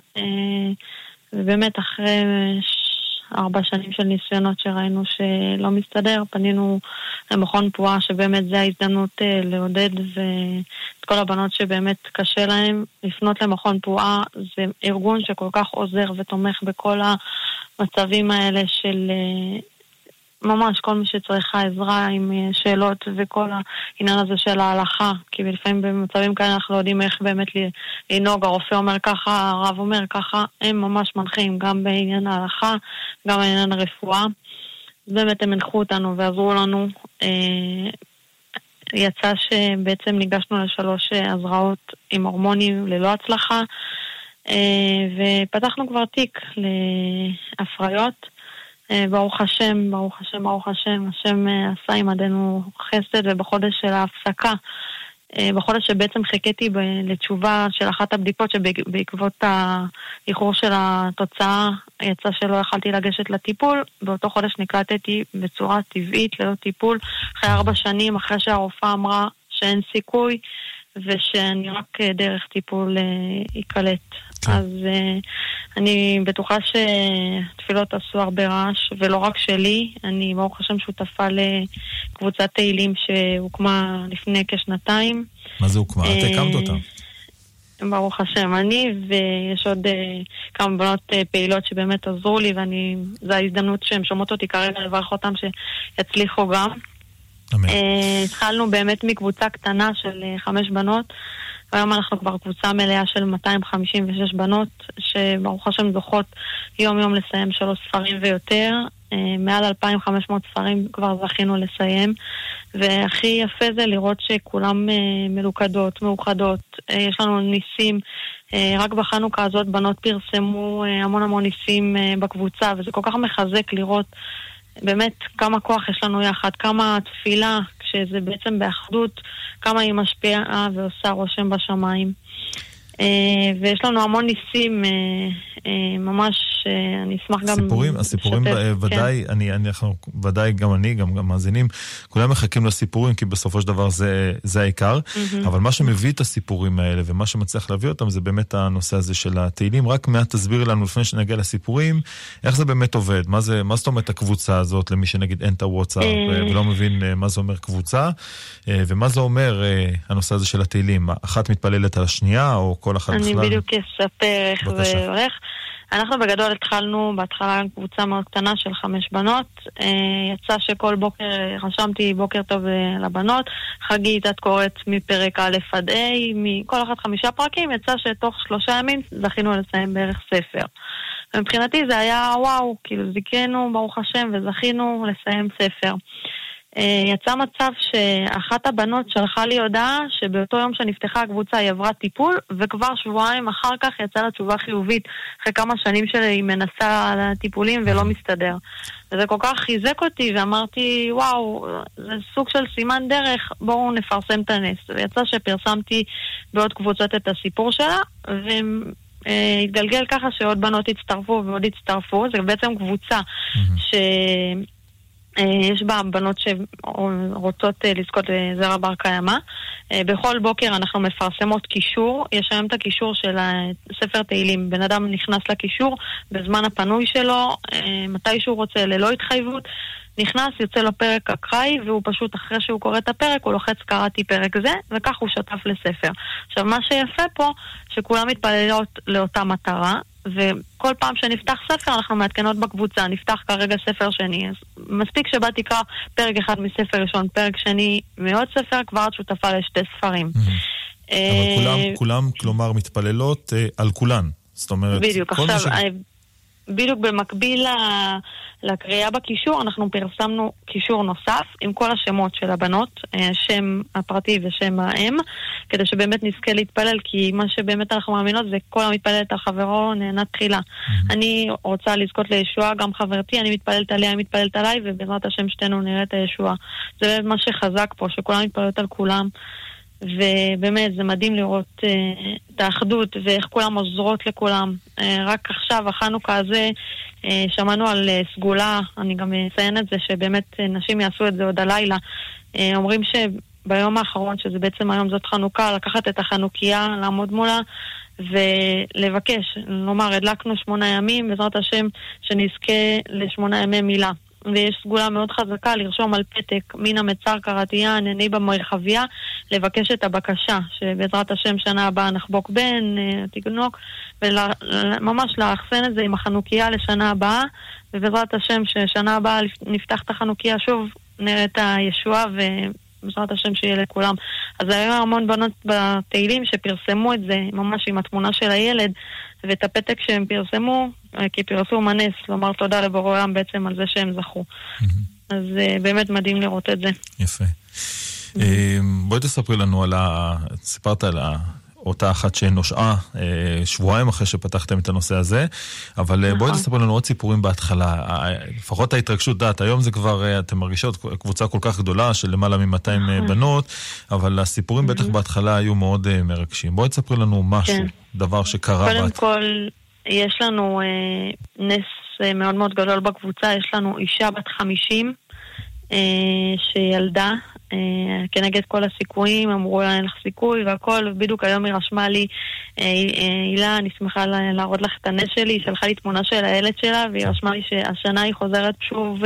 ובאמת אחרי ארבע שנים של ניסיונות שראינו שלא מסתדר, פנינו למכון פועה שבאמת זה ההזדמנות לעודד ואת כל הבנות שבאמת קשה להם לפנות למכון פועה. זה ארגון שכל כך עוזר ותומך בכל המצבים האלה של ממש כל מי שצריכה עזרה עם שאלות וכל העניין הזה של ההלכה, כי לפעמים במצבים כאלה אנחנו לא יודעים איך באמת לנהוג, הרופא אומר ככה, הרב אומר ככה, הם ממש מנחים גם בעניין ההלכה, גם בעניין הרפואה. באמת הם הנחו אותנו ועזרו לנו. יצא שבעצם ניגשנו לשלוש הזרעות עם הורמונים ללא הצלחה, ופתחנו כבר תיק להפריות. ברוך השם, ברוך השם, ברוך השם, השם עשה עמדנו חסד, ובחודש של ההפסקה, בחודש שבעצם חיכיתי לתשובה של אחת הבדיקות שבעקבות האיחור של התוצאה יצא שלא יכלתי לגשת לטיפול, באותו חודש נקלטתי בצורה טבעית ללא טיפול, אחרי ארבע שנים, אחרי שהרופאה אמרה שאין סיכוי, ושאני רק דרך טיפול יקלט. אז אני בטוחה שתפילות עשו הרבה רעש, ולא רק שלי. אני ברוך השם שותפה לקבוצת תהילים שהוקמה לפני כשנתיים. מה זה הוקמה? את הקמת אותה? ברוך השם, אני ויש עוד כמה בנות פעילות שבאמת עזרו לי, ואני, זו ההזדמנות שהן שומעות אותי כרגע לברך אותם שיצליחו גם. התחלנו באמת מקבוצה קטנה של חמש בנות, והיום אנחנו כבר קבוצה מלאה של מאתיים חמישים ושש בנות, שברוך השם זוכות יום יום לסיים שלוש ספרים ויותר. מעל אלפיים וחמש מאות ספרים כבר זכינו לסיים, והכי יפה זה לראות שכולם מלוכדות, מאוחדות. יש לנו ניסים, רק בחנוכה הזאת בנות פרסמו המון המון ניסים בקבוצה, וזה כל כך מחזק לראות באמת כמה כוח יש לנו יחד, כמה תפילה, כשזה בעצם באחדות, כמה היא משפיעה ועושה רושם בשמיים. ויש לנו המון ניסים ממש אני אשמח גם... סיפורים, הסיפורים ודאי, אני, אני, ודאי גם אני, גם, גם מאזינים, כולם מחכים לסיפורים, כי בסופו של דבר זה, זה העיקר, אבל מה שמביא את הסיפורים האלה, ומה שמצליח להביא אותם, זה באמת הנושא הזה של התהילים. רק מעט תסביר לנו, לפני שנגיע לסיפורים, איך זה באמת עובד, מה זה, מה זאת אומרת הקבוצה הזאת, למי שנגיד אין את הוואטסאפ, ולא מבין מה זה אומר קבוצה, ומה זה אומר הנושא הזה של התהילים, אחת מתפללת על השנייה, או כל אחת בכלל? אני בדיוק אספר איך זה הולך. אנחנו בגדול התחלנו בהתחלה קבוצה מאוד קטנה של חמש בנות, יצא שכל בוקר רשמתי בוקר טוב לבנות, חגית את קוראת מפרק א' עד A, מכל אחת חמישה פרקים, יצא שתוך שלושה ימים זכינו לסיים בערך ספר. ומבחינתי זה היה וואו, כאילו זיכינו ברוך השם וזכינו לסיים ספר. יצא מצב שאחת הבנות שלחה לי הודעה שבאותו יום שנפתחה הקבוצה היא עברה טיפול, וכבר שבועיים אחר כך יצאה לה תשובה חיובית אחרי כמה שנים שהיא מנסה על הטיפולים ולא מסתדר. וזה כל כך חיזק אותי ואמרתי וואו, זה סוג של סימן דרך, בואו נפרסם את הנס. ויצא שפרסמתי בעוד קבוצות את הסיפור שלה, והתגלגל ככה שעוד בנות הצטרפו ועוד הצטרפו. זה בעצם קבוצה ש... יש בה בנות שרוצות לזכות לזרע בר קיימא. בכל בוקר אנחנו מפרסמות קישור, יש היום את הקישור של ספר תהילים, בן אדם נכנס לקישור בזמן הפנוי שלו, מתי שהוא רוצה, ללא התחייבות, נכנס, יוצא לו פרק אקראי, והוא פשוט אחרי שהוא קורא את הפרק, הוא לוחץ קראתי פרק זה, וכך הוא שותף לספר. עכשיו, מה שיפה פה, שכולם מתפללות לאותה מטרה, וכל פעם שנפתח ספר אנחנו מעדכנות בקבוצה, נפתח כרגע ספר שני, אז מספיק שבא תקרא פרק אחד מספר ראשון, פרק שני מעוד ספר, כבר את שותפה לשתי ספרים. אבל כולם, כולם, כלומר, מתפללות על כולן. זאת אומרת, בדיוק, עכשיו, בדיוק במקביל לקריאה בקישור, אנחנו פרסמנו קישור נוסף עם כל השמות של הבנות, שם הפרטי ושם האם, כדי שבאמת נזכה להתפלל, כי מה שבאמת אנחנו מאמינות זה כל המתפללת על חברו נהנת תחילה. אני רוצה לזכות לישוע, גם חברתי, אני מתפללת עליה, היא מתפללת עליי, ובעזרת השם שתינו נראה את הישוע. זה באמת מה שחזק פה, שכולם מתפללות על כולם. ובאמת זה מדהים לראות uh, את האחדות ואיך כולם עוזרות לכולם. uh, רק עכשיו החנוכה הזה uh, שמענו על uh, סגולה, אני גם אציין את זה שבאמת uh, נשים יעשו את זה עוד הלילה. uh, אומרים שביום האחרון, שזה בעצם היום זאת חנוכה, לקחת את החנוכיה, לעמוד מולה ולבקש, לומר הדלקנו שמונה ימים, בעזרת השם שנזכה לשמונה ימי מילה. ויש סגולה מאוד חזקה לרשום על פתק מן המצר קראתיה, ענני במרחביה, לבקש את הבקשה, שבעזרת השם שנה הבאה נחבוק בן, תגנוק, וממש לאחסן את זה עם החנוכיה לשנה הבאה, ובעזרת השם ששנה הבאה נפתח את החנוכיה שוב, נראה את הישוע ובעזרת השם שיהיה לכולם. אז היו המון בנות בתהילים שפרסמו את זה, ממש עם התמונה של הילד, ואת הפתק שהם פרסמו, כי פרסום הנס, לומר תודה לבורא עולם בעצם על זה שהם זכו. אז באמת מדהים לראות את זה. יפה. בואי תספרי לנו על ה... סיפרת על אותה אחת שנושעה שבועיים אחרי שפתחתם את הנושא הזה, אבל בואי תספרי לנו עוד סיפורים בהתחלה. לפחות ההתרגשות דעת, היום זה כבר, אתם מרגישות קבוצה כל כך גדולה של למעלה מ-מאתיים בנות, אבל הסיפורים בטח בהתחלה היו מאוד מרגשים. בואי תספרי לנו משהו, דבר שקרה. קודם כל, יש לנו נס מאוד מאוד גדול בקבוצה, יש לנו אישה בת חמישים שילדה, כנגד כל הסיכויים, אמרו לה אין לך סיכוי והכל, בדיוק היום היא רשמה לי, הילה, אני שמחה להראות לך את הנס שלי, היא שלחה לי תמונה של הילד שלה, והיא רשמה לי שהשנה היא חוזרת שוב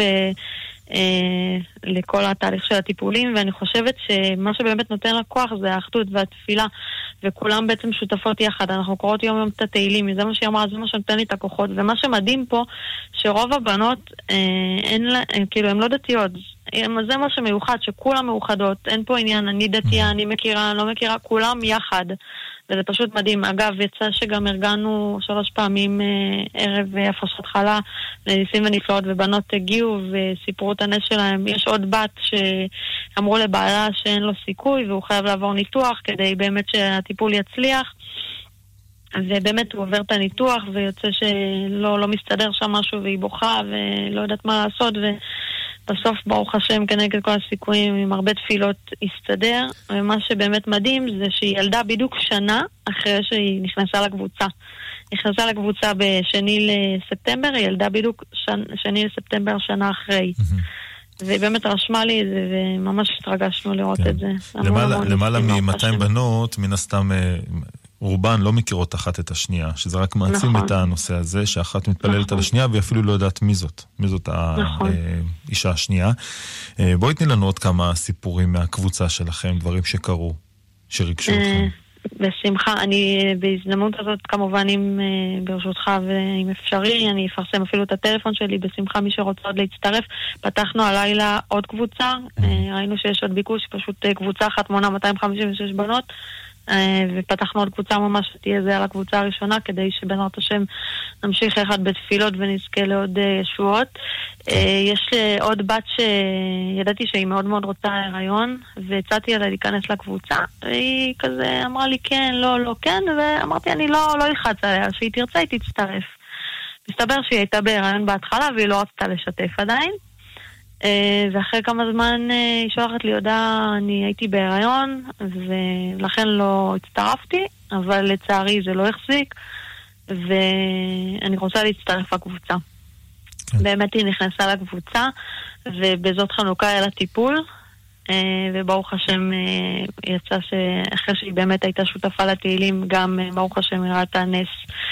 לכל התהליך של הטיפולים, ואני חושבת שמה שבאמת נותן לה כוח זה האחדות והתפילה, וכולם בעצם שותפות יחד. אנחנו קוראות יום יום את התהילים, זה מה שהיא אמרה, זה מה שנותן לי את הכוחות, ומה שמדהים פה, שרוב הבנות אין לה, כאילו הן לא דתיות, זה מה שמיוחד, שכולם מאוחדות, אין פה עניין, אני דתיה, אני מכירה, לא מכירה, כולם יחד, וזה פשוט מדהים. אגב, יצא שגם ארגנו שלוש פעמים אה, ערב הפרשת חלה לניסים ונפלאות, ובנות הגיעו וסיפרו את הנס שלהם. יש עוד בת שאמרו לבעלה שאין לו סיכוי והוא חייב לעבור ניתוח כדי באמת שהטיפול יצליח, ובאמת הוא עובר את הניתוח ויוצא שלא לא מסתדר שם משהו והיא בוכה ולא יודעת מה לעשות, ו... בסוף ברוך השם כנגד כל הסיכויים עם הרבה תפילות הסתדר, ומה שבאמת מדהים זה שהיא ילדה בדיוק שנה אחרי שהיא נכנסה לקבוצה. נכנסה לקבוצה בשני לספטמבר, היא ילדה בדיוק שני לספטמבר שנה אחרי. ובאמת רשמה לי את זה, וממש התרגשנו לראות את זה. למעלה מ-מאתיים בנות, מן הסתם רובן לא מכירות אחת את השנייה, שזה רק מעצים את הנושא הזה, שאחת מתפללת על השנייה, ואפילו לא יודעת מי זאת, מי זאת האישה השנייה. בואי תני לנו עוד כמה סיפורים מהקבוצה שלכם, דברים שקרו, שריגשו אתכם. בשמחה, אני בהזדמנות הזאת כמובן אם ברשותך ואם אפשרי, אני אפרסם אפילו את הטלפון שלי, בשמחה מי שרוצה עוד להצטרף. פתחנו הלילה עוד קבוצה, ראינו שיש עוד ביקוש, פשוט קבוצה אחת מונה מאתיים חמישים ושש בנות, ופתחנו עוד קבוצה ממש שתהיה זה על הקבוצה הראשונה, כדי שבעזרת השם נמשיך אחד בתפילות ונזכה לעוד ישועות. יש עוד בת שידעתי שהיא מאוד מאוד רוצה הריון, והצעתי עליה להיכנס לקבוצה, והיא כזה אמרה לי כן, לא, לא, כן, ואמרתי אני לא, לא ילחץ עליה, שהיא תרצה היא תצטרף. מסתבר שהיא הייתה בהיריון בהתחלה, והיא לא רצתה לשתף עדיין. ואחרי כמה זמן היא שולחת לי הודעה, אני הייתי בהיריון ולכן לא הצטרפתי, אבל לצערי זה לא החזיק ואני רוצה להצטרף לקבוצה. באמת היא נכנסה לקבוצה ובזאת חנוכה היה לה טיפול, וברוך השם יצא שאחרי שהיא באמת הייתה שותפה לתהילים, גם ברוך השם הראתה נס.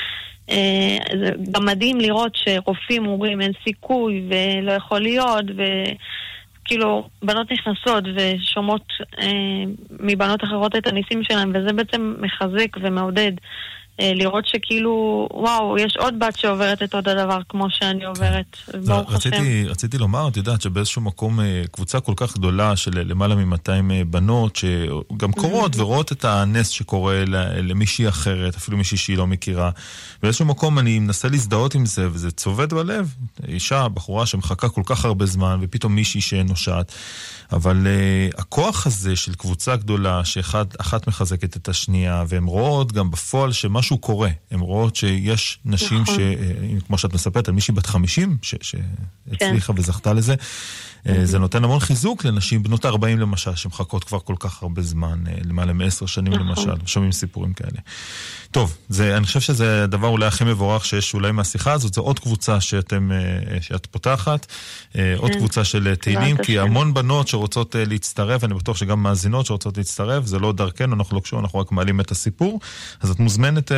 זה גם מדהים לראות שרופאים אומרים אין סיכוי ולא יכול להיות, וכאילו בנות נכנסות ושומעות אה, מבנות אחרות את הניסים שלהם, וזה בעצם מחזק ומעודד אה, לראות שכאילו וואו, יש עוד בת שעוברת את עוד הדבר כמו שאני עוברת. רציתי, רציתי לומר, את יודעת שבאיזשהו מקום קבוצה כל כך גדולה של למעלה מ-מאתיים בנות שגם קורות ורואות את הנס שקורה למישהי אחרת, אפילו מישהי שהיא לא מכירה, באיזשהו מקום אני מנסה להזדהות עם זה, וזה צובד בלב. אישה, בחורה שמחכה כל כך הרבה זמן, ופתאום מישהי שנושעת. אבל uh, הכוח הזה של קבוצה גדולה, שאחת מחזקת את השנייה, והן רואות גם בפועל שמשהו קורה. הן רואות שיש נשים ש... Uh, כמו שאת מספרת, על מישהי בת חמישים, ש... שהצליחה כן. וזכתה לזה, uh, זה נותן המון חיזוק לנשים בנות ארבעים למשל, שמחכות כבר כל כך הרבה זמן, uh, למעלה מעשר שנים למשל, שומעים סיפורים כאלה. טוב, זה, אני חושב שזה הדבר אולי הכי מבורך שיש אולי מהשיחה הזאת, זה עוד קבוצה שאתם, שאת פותחת, עוד קבוצה של תהילים, כי המון בנות שרוצות להצטרף, אני בטוח שגם מאזינות שרוצות להצטרף, זה לא דרכנו, אנחנו לא קשור, אנחנו רק מעלים את הסיפור, אז את מוזמנת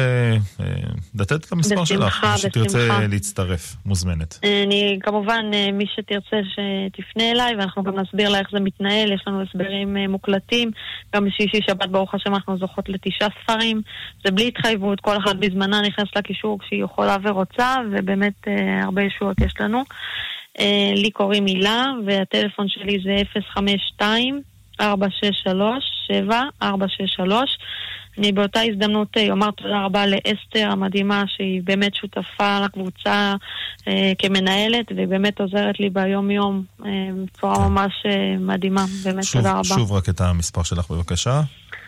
לתת את המספר שלך, שתרצה להצטרף, מוזמנת. אני כמובן, מי שתרצה שתפנה אליי, ואנחנו גם נסביר לה איך זה מתנהל, יש לנו הסברים מוקלטים, גם בשישי שבת ברוך השם אנחנו זוכות לתשעה ספרים, זה בלי התחייבות, כל אחד בזמנה נכנס לקישור כשהיא יכולה ורוצה, ובאמת אה, הרבה ישועות יש לנו. אה, לי קוראים מילה, והטלפון שלי זה אפס חמש שתיים ארבע שש שלוש שבע ארבע שש שלוש. אני באותה הזדמנות אומר תודה רבה לאסתר המדהימה, שהיא באמת שותפה לקבוצה אה, כמנהלת, והיא באמת עוזרת לי ביום יום, אה, בצורה ממש אה, מדהימה, באמת שוב, תודה רבה. שוב רק את המספר שלך בבקשה.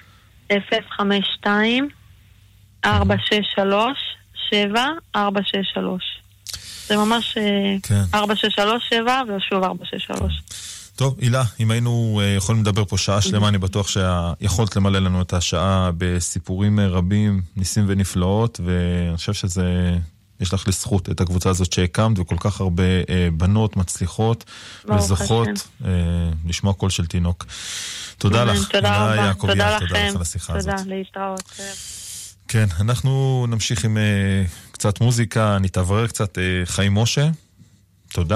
אפס חמש שתיים ארבע שש שלוש שבע ארבע שש שלוש. זה ממש כן. ארבע שש שלוש שבע ושוב ארבע שש שלוש. טוב, אילה, אם היינו יכולים לדבר פה שעה שלמה, אני בטוח שיכולת למלא לנו את השעה בסיפורים רבים, ניסים ונפלאות, ואני חושב שזה, יש לך לזכות את הקבוצה הזאת שהקמת, וכל כך הרבה בנות מצליחות וזוכות לשמוע קול של תינוק. תודה לך. תודה רבה. תודה לכם. תודה לך על השיחה הזאת. תודה, להתראות. כן, אנחנו נמשיך עם uh, קצת מוזיקה, נתעברר קצת uh, חיים משה. תודה.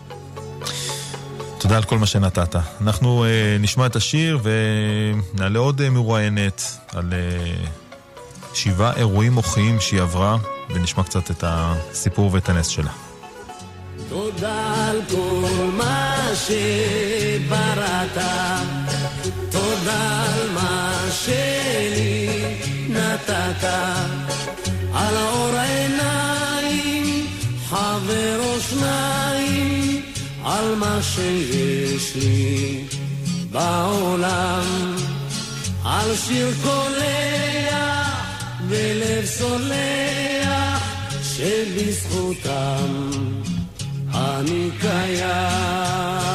תודה על כל מה שנתת. אנחנו uh, נשמע את השיר ונעלה עוד uh, מרואיינת על uh, שבעה אירועים מוחיים שהיא עברה, ונשמע קצת את הסיפור ואת הנס שלה. תודה על כל מה שבראת, תודה על מה שלי נתת, על האור העיניים, חבר או שניים, על מה שיש לי בעולם, על שיר קולח ולב סולח, שבזכותם אני קיים.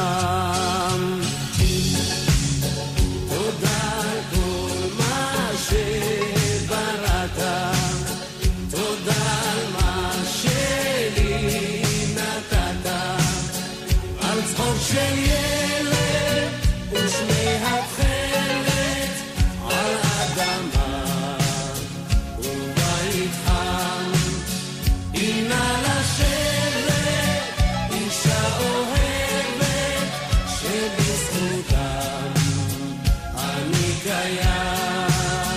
תודה של ילד ושמי התכלת על אדמה ובית חם הנה לשבת אישה אוהבת שבזכותם אני קיים.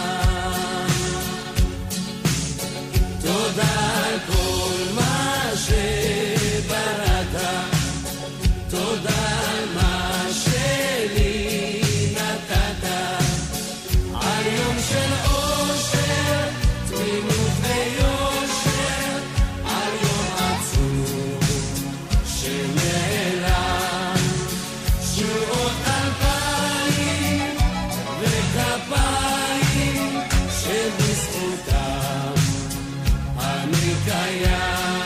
תודה על כל מה שבראת, תודה על מה שלי נתת, על יום של אושר, תמימות ויושר, על יום עצוב שנעלם, שורות אלפיים וכפיים שבזכותם אני קיים.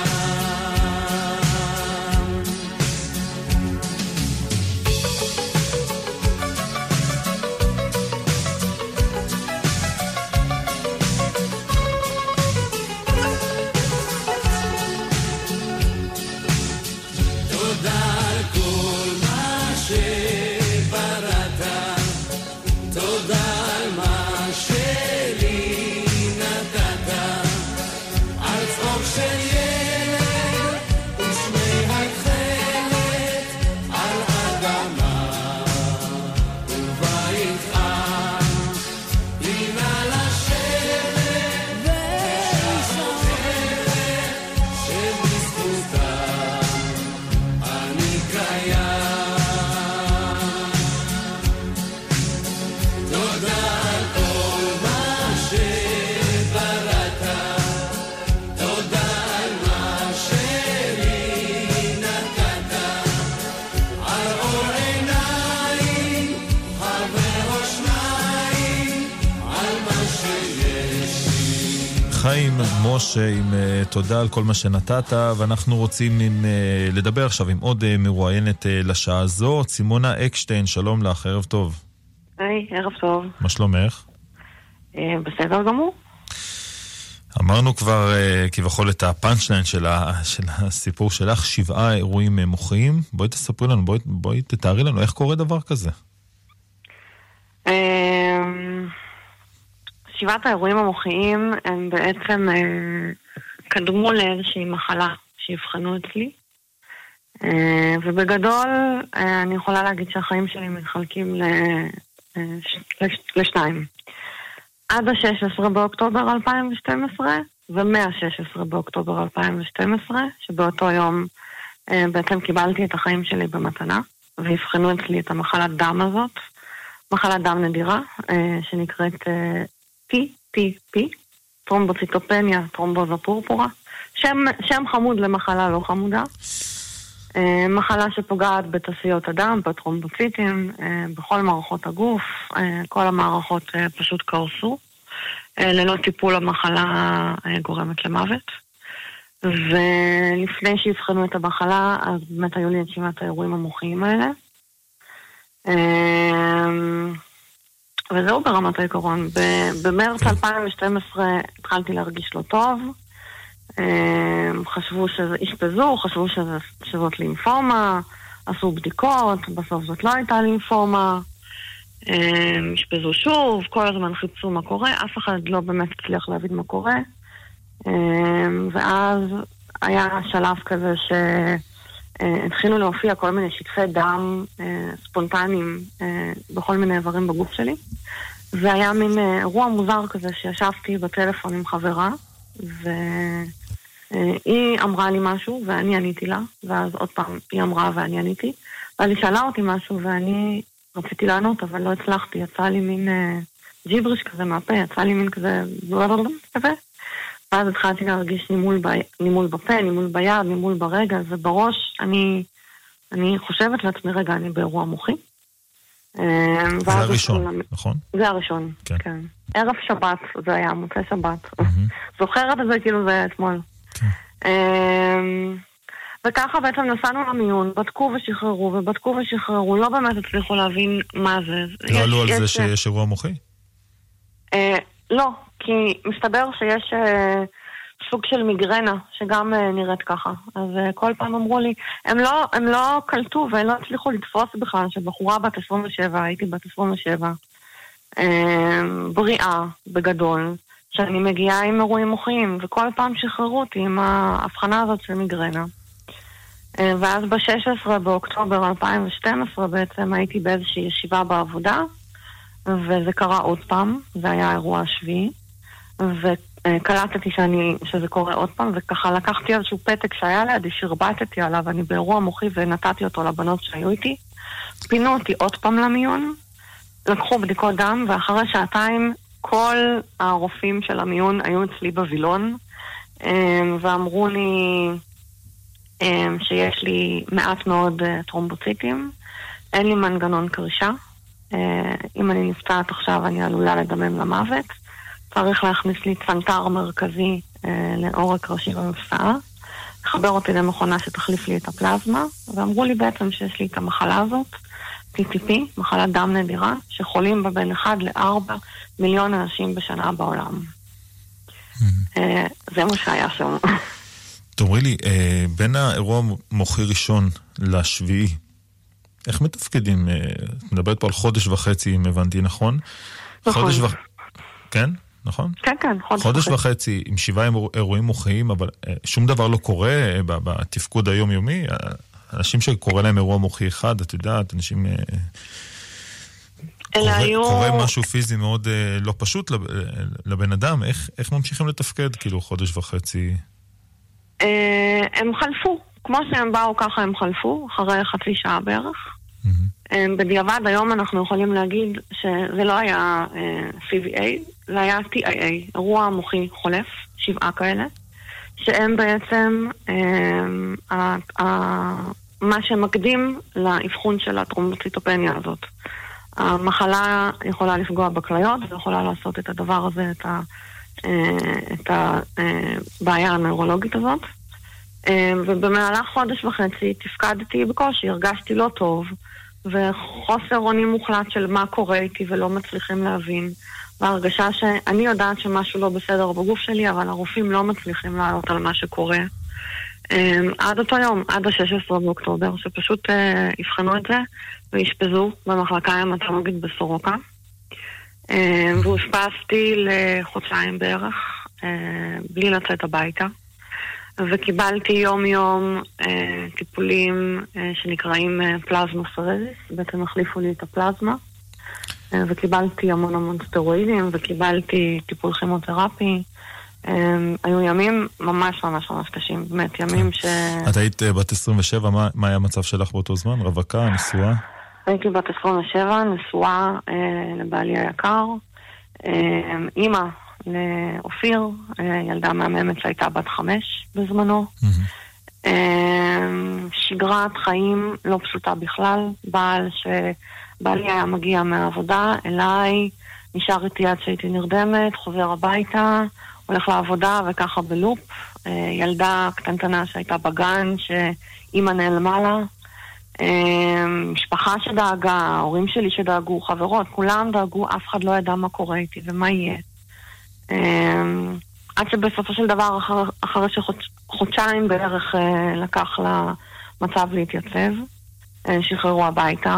תודה על כל מה שבראת, תודה על מה שלי נתת, על צחוק של ילד ושמי התכלת על אדמה ובית חם הנה לשבת ואישה אוהבת שבזכותם אני קיים. תודה על כל מה שבראת, תודה על מה שלי נתת, על אור עיניים, חבר או שניים, על מה שיש לי. חיים משה עם uh, תודה על כל מה שנתת, ואנחנו רוצים עם, uh, לדבר עכשיו עם עוד uh, מרואיינת uh, לשעה הזו, סימונה אקשטיין, שלום לך, ערב טוב. היי, ערב טוב. מה שלומך? אה, בסדר גמור. אמרנו כבר uh, כביכול את הפאנצ'ליין של, ה, של הסיפור שלך, שבעה אירועים uh, מוחיים. בואי תספרי לנו, בואי, בואי תתארי לנו איך קורה דבר כזה. אה, שבעת האירועים המוחיים הם בעצם אה, קדמו לאיזושהי מחלה שיבחנו אצלי. אה, ובגדול אה, אני יכולה להגיד שהחיים שלי מתחלקים ל, אה, ש, לש, לשניים. עד ה-שש עשרה באוקטובר אלפיים ושתים עשרה ומה-שש עשרה באוקטובר אלפיים ושתים עשרה, שבאותו יום אה, בעצם קיבלתי את החיים שלי במתנה, והבחנו אצלי את המחלת דם הזאת, מחלת דם נדירה, אה, שנקראת אה, פי פי פי, טרומבוציטופניה, טרומבוזה פורפורה, שם, שם חמוד למחלה לא חמודה, אה, מחלה שפוגעת בתעשיות הדם, בטרומבוציטים, אה, בכל מערכות הגוף, אה, כל המערכות אה, פשוט קרסו, אה, ללא טיפול המחלה אה, גורמת למוות. ולפני שיבחנו את המחלה, אז באמת היו לי את שבעת האירועים המוחיים האלה. אה, וזהו ברמת העיקרון. במרץ אלפיים ושתים עשרה התחלתי להרגיש לא טוב. חשבו שזה אשפזו, חשבו שזה, שזאת לימפומה, עשו בדיקות, בסוף זאת לא הייתה לימפומה. אשפזו שוב, כל הזמן חיפשו מה קורה, אף אחד לא באמת הצליח להבין מה קורה. ואז היה שלב כזה ש... התחילו להופיע כל מיני שטפי דם אה, ספונטניים אה, בכל מיני איברים בגוף שלי. זה היה מין אה, אירוע מוזר כזה שישבתי בטלפון עם חברה, והיא אה, אמרה לי משהו ואני עניתי לה, ואז עוד פעם היא אמרה ואני עניתי, ואז היא שאלה אותי משהו ואני רציתי לענות, אבל לא הצלחתי, יצא לי מין אה, ג'יבריש כזה מהפה, יצא לי מין כזה כזה, ואז התחלתי להרגיש נימול, ב... נימול בפה, נימול ביד, נימול ברגע, ובראש אני, אני חושבת לעצמי, רגע, אני באירוע מוחי. זה הראשון, אני... נכון? זה הראשון, כן. כן. ערב שבת, זה היה מוצא שבת. Mm-hmm. זוכרת את זה כאילו זה היה אתמול. כן. וככה בעצם נסענו למיון, בדקו ושחררו, ובדקו ושחררו, לא באמת הצליחו להבין מה זה. לא עלו על זה שיש אירוע מוחי? לא, כי מסתבר שיש סוג של מיגרנה, שגם נראית ככה. אז כל פעם אמרו לי, הם לא, הם לא קלטו והם לא הצליחו לתפוס בכלל, שבחורה בת עשרים ושבע, הייתי בת עשרים ושבע, בריאה, בגדול, שאני מגיעה עם אירועים מוחיים, וכל פעם שחררו אותי עם ההבחנה הזאת של מיגרנה. ואז ב-שישה עשר באוקטובר אלפיים ושתים עשרה בעצם הייתי באיזושהי ישיבה בעבודה, וזה קרה עוד פעם, זה היה אירוע השביעי, וקלטתי שאני, שזה קורה עוד פעם, וככה לקחתי איזשהו פתק שהיה לידי, שרבטתי עליו, אני באירוע מוחי ונתתי אותו לבנות שהיו איתי, פינו אותי עוד פעם למיון, לקחו בדיקות דם, ואחרי שעתיים כל הרופאים של המיון היו אצלי בווילון, ואמרו לי שיש לי מעט מאוד טרומבוציטים, אין לי מנגנון קרישה, אם אני נפצעת עכשיו אני עלולה לדמם למוות, צריך להכניס לי צנתר מרכזי לעורק ראשי במפשעה, לחבר אותי למכונה שתחליף לי את הפלזמה, ואמרו לי בעצם שיש לי את המחלה הזאת, טי טי פי, מחלת דם נדירה, שחולים בה בין אחד לארבע מיליון אנשים בשנה בעולם. זה מה שהיה שם. תאמרי לי, בין האירוע מוחי ראשון לשביעי, איך מתפקדים? את מדברת פה על חודש וחצי, אם הבנתי נכון? נכון. חודש וחצי, כן? נכון? כן, כן, חודש, חודש וחצי. וחצי עם שבעה אירועים מוחיים, אבל שום דבר לא קורה בתפקוד היומיומי. אנשים שקורא להם אירוע מוחי אחד, את יודעת, אנשים... קורה, היו... קורה משהו פיזי מאוד לא פשוט לבן אדם. איך, איך ממשיכים לתפקד, כאילו, חודש וחצי? הם חלפו. כמו שהם באו ככה הם חלפו, אחרי חצי שעה בערך. Mm-hmm. בדיעבד היום אנחנו יכולים להגיד שזה לא היה סי וי איי, זה היה טי איי איי, אירוע מוחי חולף, שבעה כאלה, שהם בעצם אה, אה, מה שמקדים לאבחון של הטרומבוציטופניה הזאת. המחלה יכולה לפגוע בכליות, ויכולה לעשות את הדבר הזה, את, ה, אה, את הבעיה הנוירולוגית הזאת. ובמהלך חודש וחצי תפקדתי בקושי, הרגשתי לא טוב, וחוסר אונים מוחלט של מה קורה איתי ולא מצליחים להבין, והרגשה שאני יודעת שמשהו לא בסדר בגוף שלי, אבל הרופאים לא מצליחים לעלות על מה שקורה. עד אותו יום, עד ה-שישה עשר באוקטובר, שפשוט הבחנו את זה והשפזו במחלקה המטולוגית בסורוקה, והושפזתי לחודשיים בערך, בלי לצאת הביתה. וקיבלתי יום יום אה, טיפולים אה, שנקראים אה, פלזמופרזיס, בעצם החליפו לי את הפלזמה, אה, וקיבלתי המון המון סטרואידים, וקיבלתי טיפול כימותרפי. אה, היו ימים ממש ממש ממש קשים, באמת ימים ש... את היית אה, בת עשרים ושבע, מה, מה היה המצב שלך באותו זמן? רווקה, נשואה? הייתי בת עשרים ושבע, נשואה אה, לבעלי היקר, אה, אימא, לאופיר, ילדה מהממת שהייתה בת חמש בזמנו. Mm-hmm. שגרת חיים לא פשוטה בכלל, בעל שבעלי היה מגיע מהעבודה אליי, נשאר איתי עד שהייתי נרדמת, חוזר הביתה, הולך לעבודה וככה בלופ. ילדה קטנטנה שהייתה בגן, שאימא נעלמה לה, משפחה שדאגה, ההורים שלי שדאגו, חברות, כולם דאגו, אף אחד לא ידע מה קורה איתי ומה יהיה. עד שבסופו של דבר אחר, אחרי שחודשיים בערך לקח למצב להתייצב, שחררו הביתה,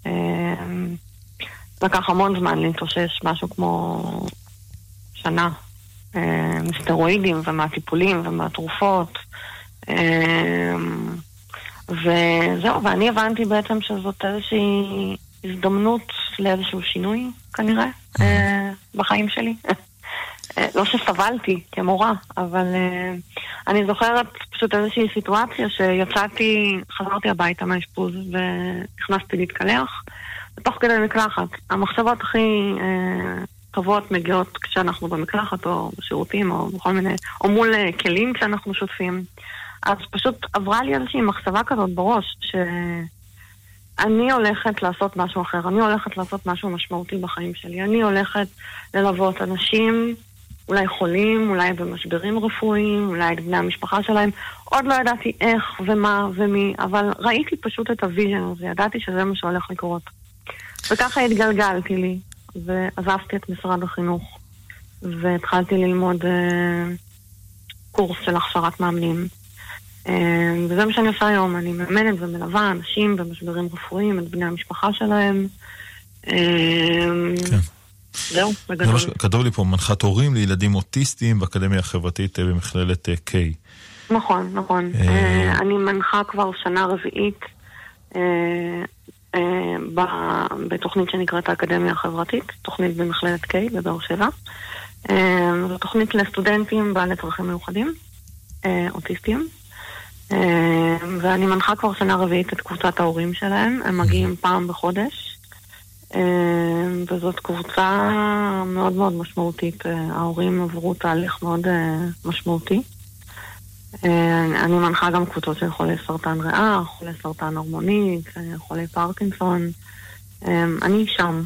לקח המון זמן להתאושש, משהו כמו שנה, מסטרואידים ומהטיפולים ומהתרופות, וזהו, ואני הבנתי בעצם שזאת איזושהי הזדמנות לאיזשהו שינוי כנראה בחיים שלי. לא שסבלתי כמורה, אבל uh, אני זוכרת פשוט איזושהי סיטואציה שיצאתי, חזרתי הביתה מהאשפוז ונכנסתי להתקלח, ותוך כדי מקלחת. המחשבות הכי uh, טובות מגיעות כשאנחנו במקלחת או בשירותים או בכל מיני, או מול uh, כלים כשאנחנו שוטפים. אז פשוט עברה לי איזושהי מחשבה כזאת בראש, שאני הולכת לעשות משהו אחר, אני הולכת לעשות משהו משמעותי בחיים שלי, אני הולכת ללוות אנשים, אולי חולים, אולי במשברים רפואיים, אולי את בני המשפחה שלהם. עוד לא ידעתי איך ומה ומי, אבל ראיתי פשוט את הוויז'ן הזה, ידעתי שזה מה שהולך לקרות. וככה התגלגלתי לי, ועזבתי את משרד החינוך, והתחלתי ללמוד אה, קורס של הכשרת מאמנים. וזה מה שאני עושה היום, אני מאמנת ומלווה אנשים במשברים רפואיים, את בני המשפחה שלהם. כן. זהו, בגדול. כתוב לי פה, מנחת הורים לילדים אוטיסטים באקדמיה החברתית במכללת K. נכון, נכון. אני מנחה כבר שנה רביעית בתוכנית שנקראת האקדמיה החברתית, תוכנית במכללת K בבאר שבע. זו תוכנית לסטודנטים בעלי צרכים מיוחדים, אוטיסטים. ואני מנחה כבר שנה רביעית את קבוצת ההורים שלהם, הם מגיעים פעם בחודש, וזאת קבוצה מאוד מאוד משמעותית, ההורים עברו תהליך מאוד משמעותי. אני מנחה גם קבוצות של חולי סרטן ריאה, חולי סרטן הורמונית, חולי פרקינסון, אני שם,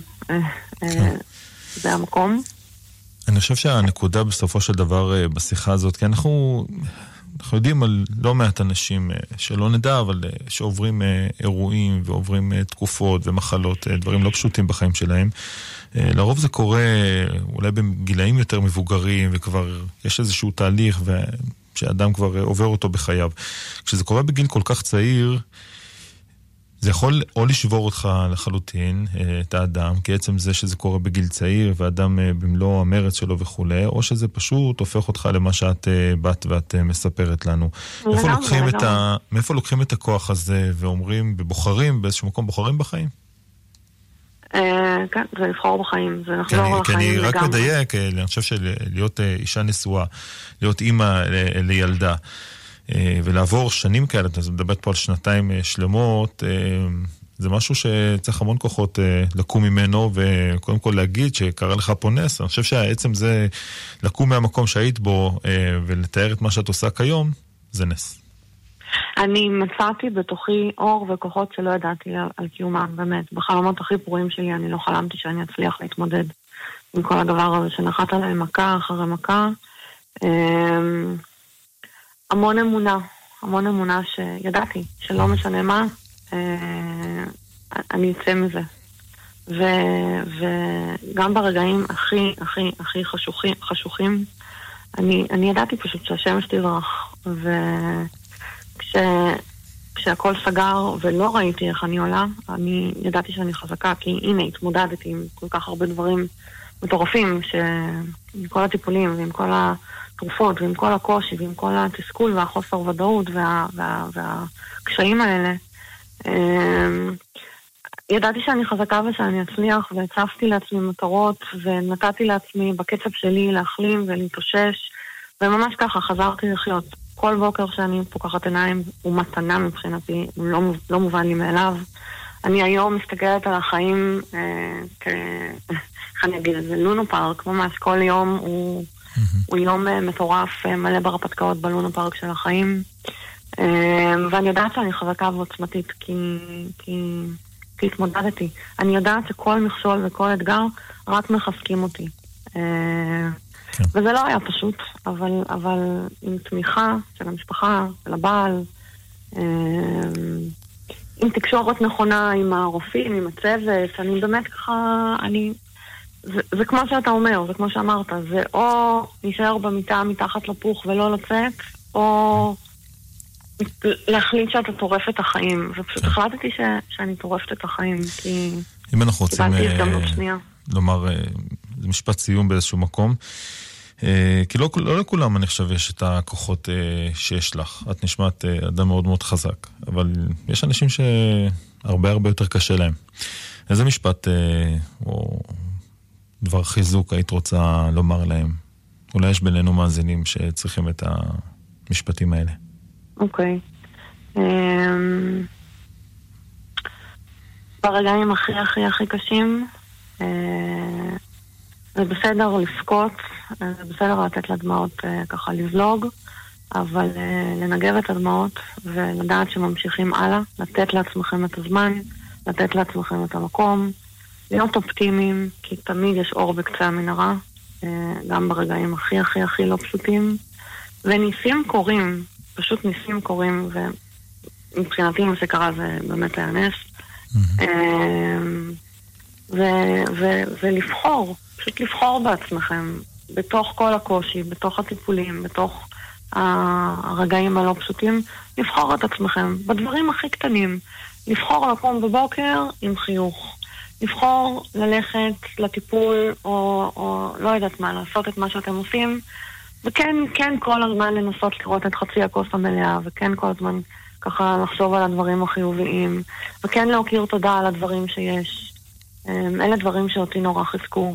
זה המקום. אני חושב שהנקודה בסופו של דבר בשיחה הזאת, כי אנחנו... אנחנו יודעים על לא מעט אנשים שלא נדע, אבל שעוברים אירועים ועוברים תקופות ומחלות, דברים לא פשוטים בחיים שלהם. לרוב זה קורה אולי בגילאים יותר מבוגרים, וכבר יש איזשהו תהליך שאדם כבר עובר אותו בחייו. כשזה קורה בגיל כל כך צעיר, זה יכול או לשבור אותך לחלוטין, את האדם, כי עצם זה שזה קורה בגיל צעיר, ואדם במלוא המרץ שלו וכו', או שזה פשוט הופך אותך למה שאת באת ואת מספרת לנו. מאיפה לוקחים את ה... מאיפה לוקחים את הכוח הזה, ואומרים, בבוחרים, באיזשהו מקום בוחרים בחיים? כן, זה לבחור בחיים, זה לחזור לחיים לגמרי. כי אני רק מדייק, אני חושב שלהיות אישה נשואה, להיות אימא לילדה, ולעבור שנים כאלה, אתה מדברת פה על שנתיים שלמות, זה משהו שצריך המון כוחות לקום ממנו, וקודם כל להגיד שקרה לך פה נס. אני חושב שהעצם זה לקום מהמקום שהיית בו, ולתאר את מה שאת עושה כיום, זה נס. אני מצאתי בתוכי אור וכוחות שלא ידעתי על קיומם, באמת. בחלומות הכי פרועים שלי אני לא חלמתי שאני אצליח להתמודד עם כל הדבר הזה, שנחת עליי מכה אחרי מכה. המון אמונה, המון אמונה שידעתי, שלא משנה מה, אני אצא מזה. וגם ברגעים הכי, הכי, הכי חשוכים, חשוכים, אני, אני ידעתי פשוט שהשמש תברח, וכש, כשהכל סגר ולא ראיתי איך אני עולה, אני ידעתי שאני חזקה, כי הנה, התמודדתי עם כל כך הרבה דברים מטורפים, שעם כל הטיפולים ועם כל התרופות ועם כל הקושי ועם כל התסכול והחוסר ודאות וה, וה, והקשיים האלה, ידעתי שאני חזקה ושאני אצליח, והצפתי לעצמי מטרות, ונתתי לעצמי בקצב שלי להחלים ולהתאושש, וממש ככה חזרתי לחיות. כל בוקר שאני פוקחת עיניים הוא מתנה מבחינתי, הוא לא, לא מובן לי מאליו. אני היום מסתכלת על החיים אה, כ... איך אני אגיד את זה? לונו פארק, ממש כל יום הוא, mm-hmm. הוא יום אה, מטורף, אה, מלא ברפתקאות בלונו פארק של החיים. אה, ואני יודעת שאני חזקה ועוצמתית, כי... כי... כי התמודדתי. אני יודעת שכל מכשול וכל אתגר רק מחזקים אותי. כן. וזה לא היה פשוט, אבל, אבל עם תמיכה של המשפחה, של הבעל, עם תקשורת נכונה, עם הרופאים, עם הצוות, אני באמת ככה, אני... זה, זה כמו שאתה אומר, זה כמו שאמרת, זה או נשאר במיטה מתחת לפוך ולא לצאת, או... להחליט שאתה טורף את החיים, ופשוט החלטתי ש... שאני טורפת את החיים, כי אם אנחנו רוצים uh, לומר, זה משפט סיום באיזשהו מקום, uh, כי לא, לא לכולם אני חושב יש את הכוחות uh, שיש לך, את נשמעת uh, אדם מאוד מאוד חזק, אבל יש אנשים שהרבה הרבה יותר קשה להם. איזה משפט uh, או דבר חיזוק היית רוצה לומר להם? אולי יש בינינו מאזינים שצריכים את המשפטים האלה. אוקיי. ברגעים הכי הכי הכי קשים, זה בסדר לבכות, זה בסדר לתת לדמעות ככה לבלוג, אבל לנגב את הדמעות ולדעת שממשיכים הלאה, לתת לעצמכם את הזמן, לתת לעצמכם את המקום, להיות אופטימיים, כי תמיד יש אור בקצה המנהרה, גם ברגעים הכי הכי הכי לא פשוטים, וניסים קורים, פשוט ניסים קורים, ומבחינתי מה שקרה זה באמת היה נס. ולבחור, פשוט לבחור בעצמכם, בתוך כל הקושי, בתוך הטיפולים, בתוך הרגעים הלא פשוטים, לבחור את עצמכם בדברים הכי קטנים. לבחור לקום בבוקר עם חיוך. לבחור ללכת לטיפול, או, או לא יודעת מה, לעשות את מה שאתם עושים, וכן, כן כל הזמן לנסות לראות את חצי הכוס המלאה, וכן כל הזמן ככה לחשוב על הדברים החיוביים, וכן להוקיר תודה על הדברים שיש. אלה דברים שאותי נורא חיזקו.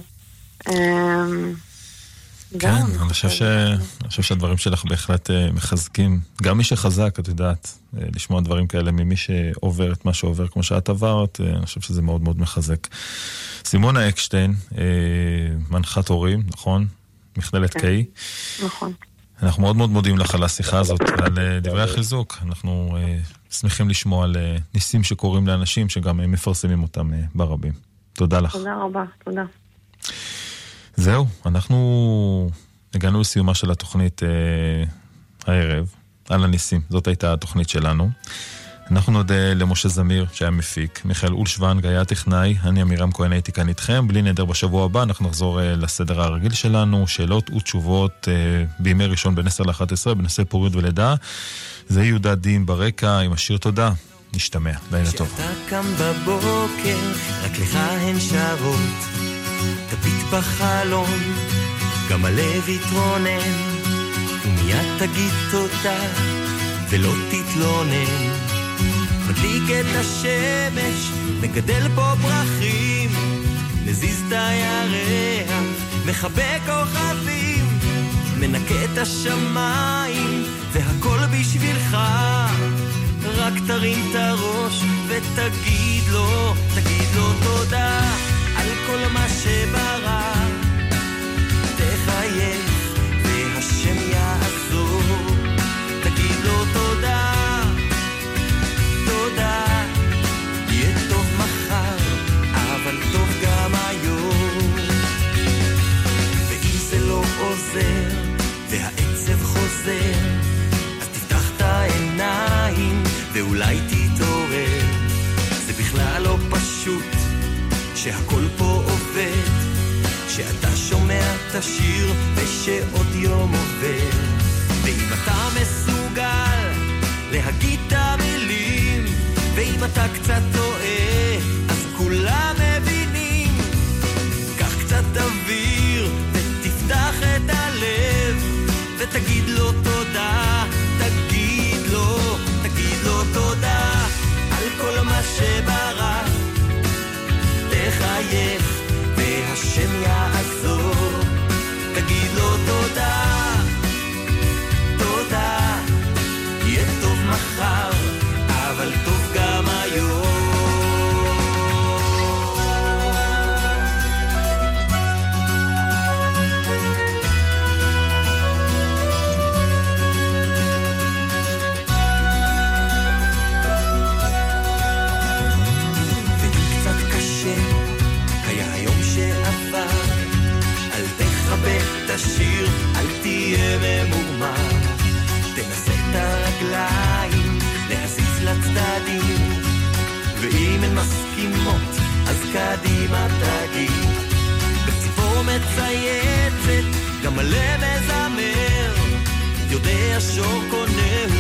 כן, אני חושב ש... אני חושב שהדברים שלך בהחלט מחזקים. גם מי שחזק, את יודעת, לשמוע דברים כאלה ממי שעובר את מה שעובר כמו שאת עברת, אני חושב שזה מאוד מאוד מחזק. סימונה אקשטיין, מנחת הורים, נכון? מכללת קאי. נכון. אנחנו מאוד מאוד מודים לך על השיחה הזאת ועל דברי החיזוק. אנחנו שמחים לשמוע על ניסים שקורים לאנשים שגם מפרסמים אותם ברבים. תודה לך. תודה רבה, תודה. זהו, אנחנו הגענו לסיומה של התוכנית אה, הערב, על הניסים, זאת הייתה התוכנית שלנו. אנחנו נודה למשה זמיר שהיה מפיק, מיכאל אולשוונג היה טכנאי, אני אמירם כהן הייתי כאן איתכם, בלי נדר בשבוע הבא, אנחנו נחזור אה, לסדר הרגיל שלנו, שאלות ותשובות אה, בימי ראשון בין עשר לאחת עשרה, בנושא פוריות ולידה. זה יהודה דין ברקע עם השיר תודה, נשתמע, לילה טוב. כשאתה קם בבוקר, רק לך הן שרות, תביט בחלום, גם הלב יתרונן, ומיד תגיד תודה, ולא תתלונן. מדליק את השמש, מגדל פה פרחים, מזיז את הירח, מחבק כוכבים, מנקה את השמיים, והכל בשבילך. רק תרים את הראש ותגיד לו, תגיד לו תודה על כל מה שברא, תחייך והשם יעזור, תגיד לו תודה, תודה, יהיה טוב מחר, אבל טוב גם היום. ואם זה לא עוזר והעצב חוזר, אז תפתח את העיניים ואולי תתעורר. זה בכלל לא פשוט שהכל פה עובד, שאתה שומע את השיר ושעוד יום עובר. ואם אתה מסוגל להגיד את המילים, ואם אתה קצת טועה אז כולם מבינים, קח קצת אוויר ותפתח את הלב, ותגיד לו תודה, תגיד לו, תגיד לו תודה על כל מה שברא, תחייך והשם יעזור, תגיד לו תודה, תודה, יהיה טוב מחר, אבל טוב גם היום. תשיר, אל תהיה ממורמר, תנסה את הרגליים להזיז לצדדים, ואם הן מסכימות אז קדימה תגיד, בציפור מצייצת גם הלב מזמר, יודע שור קונה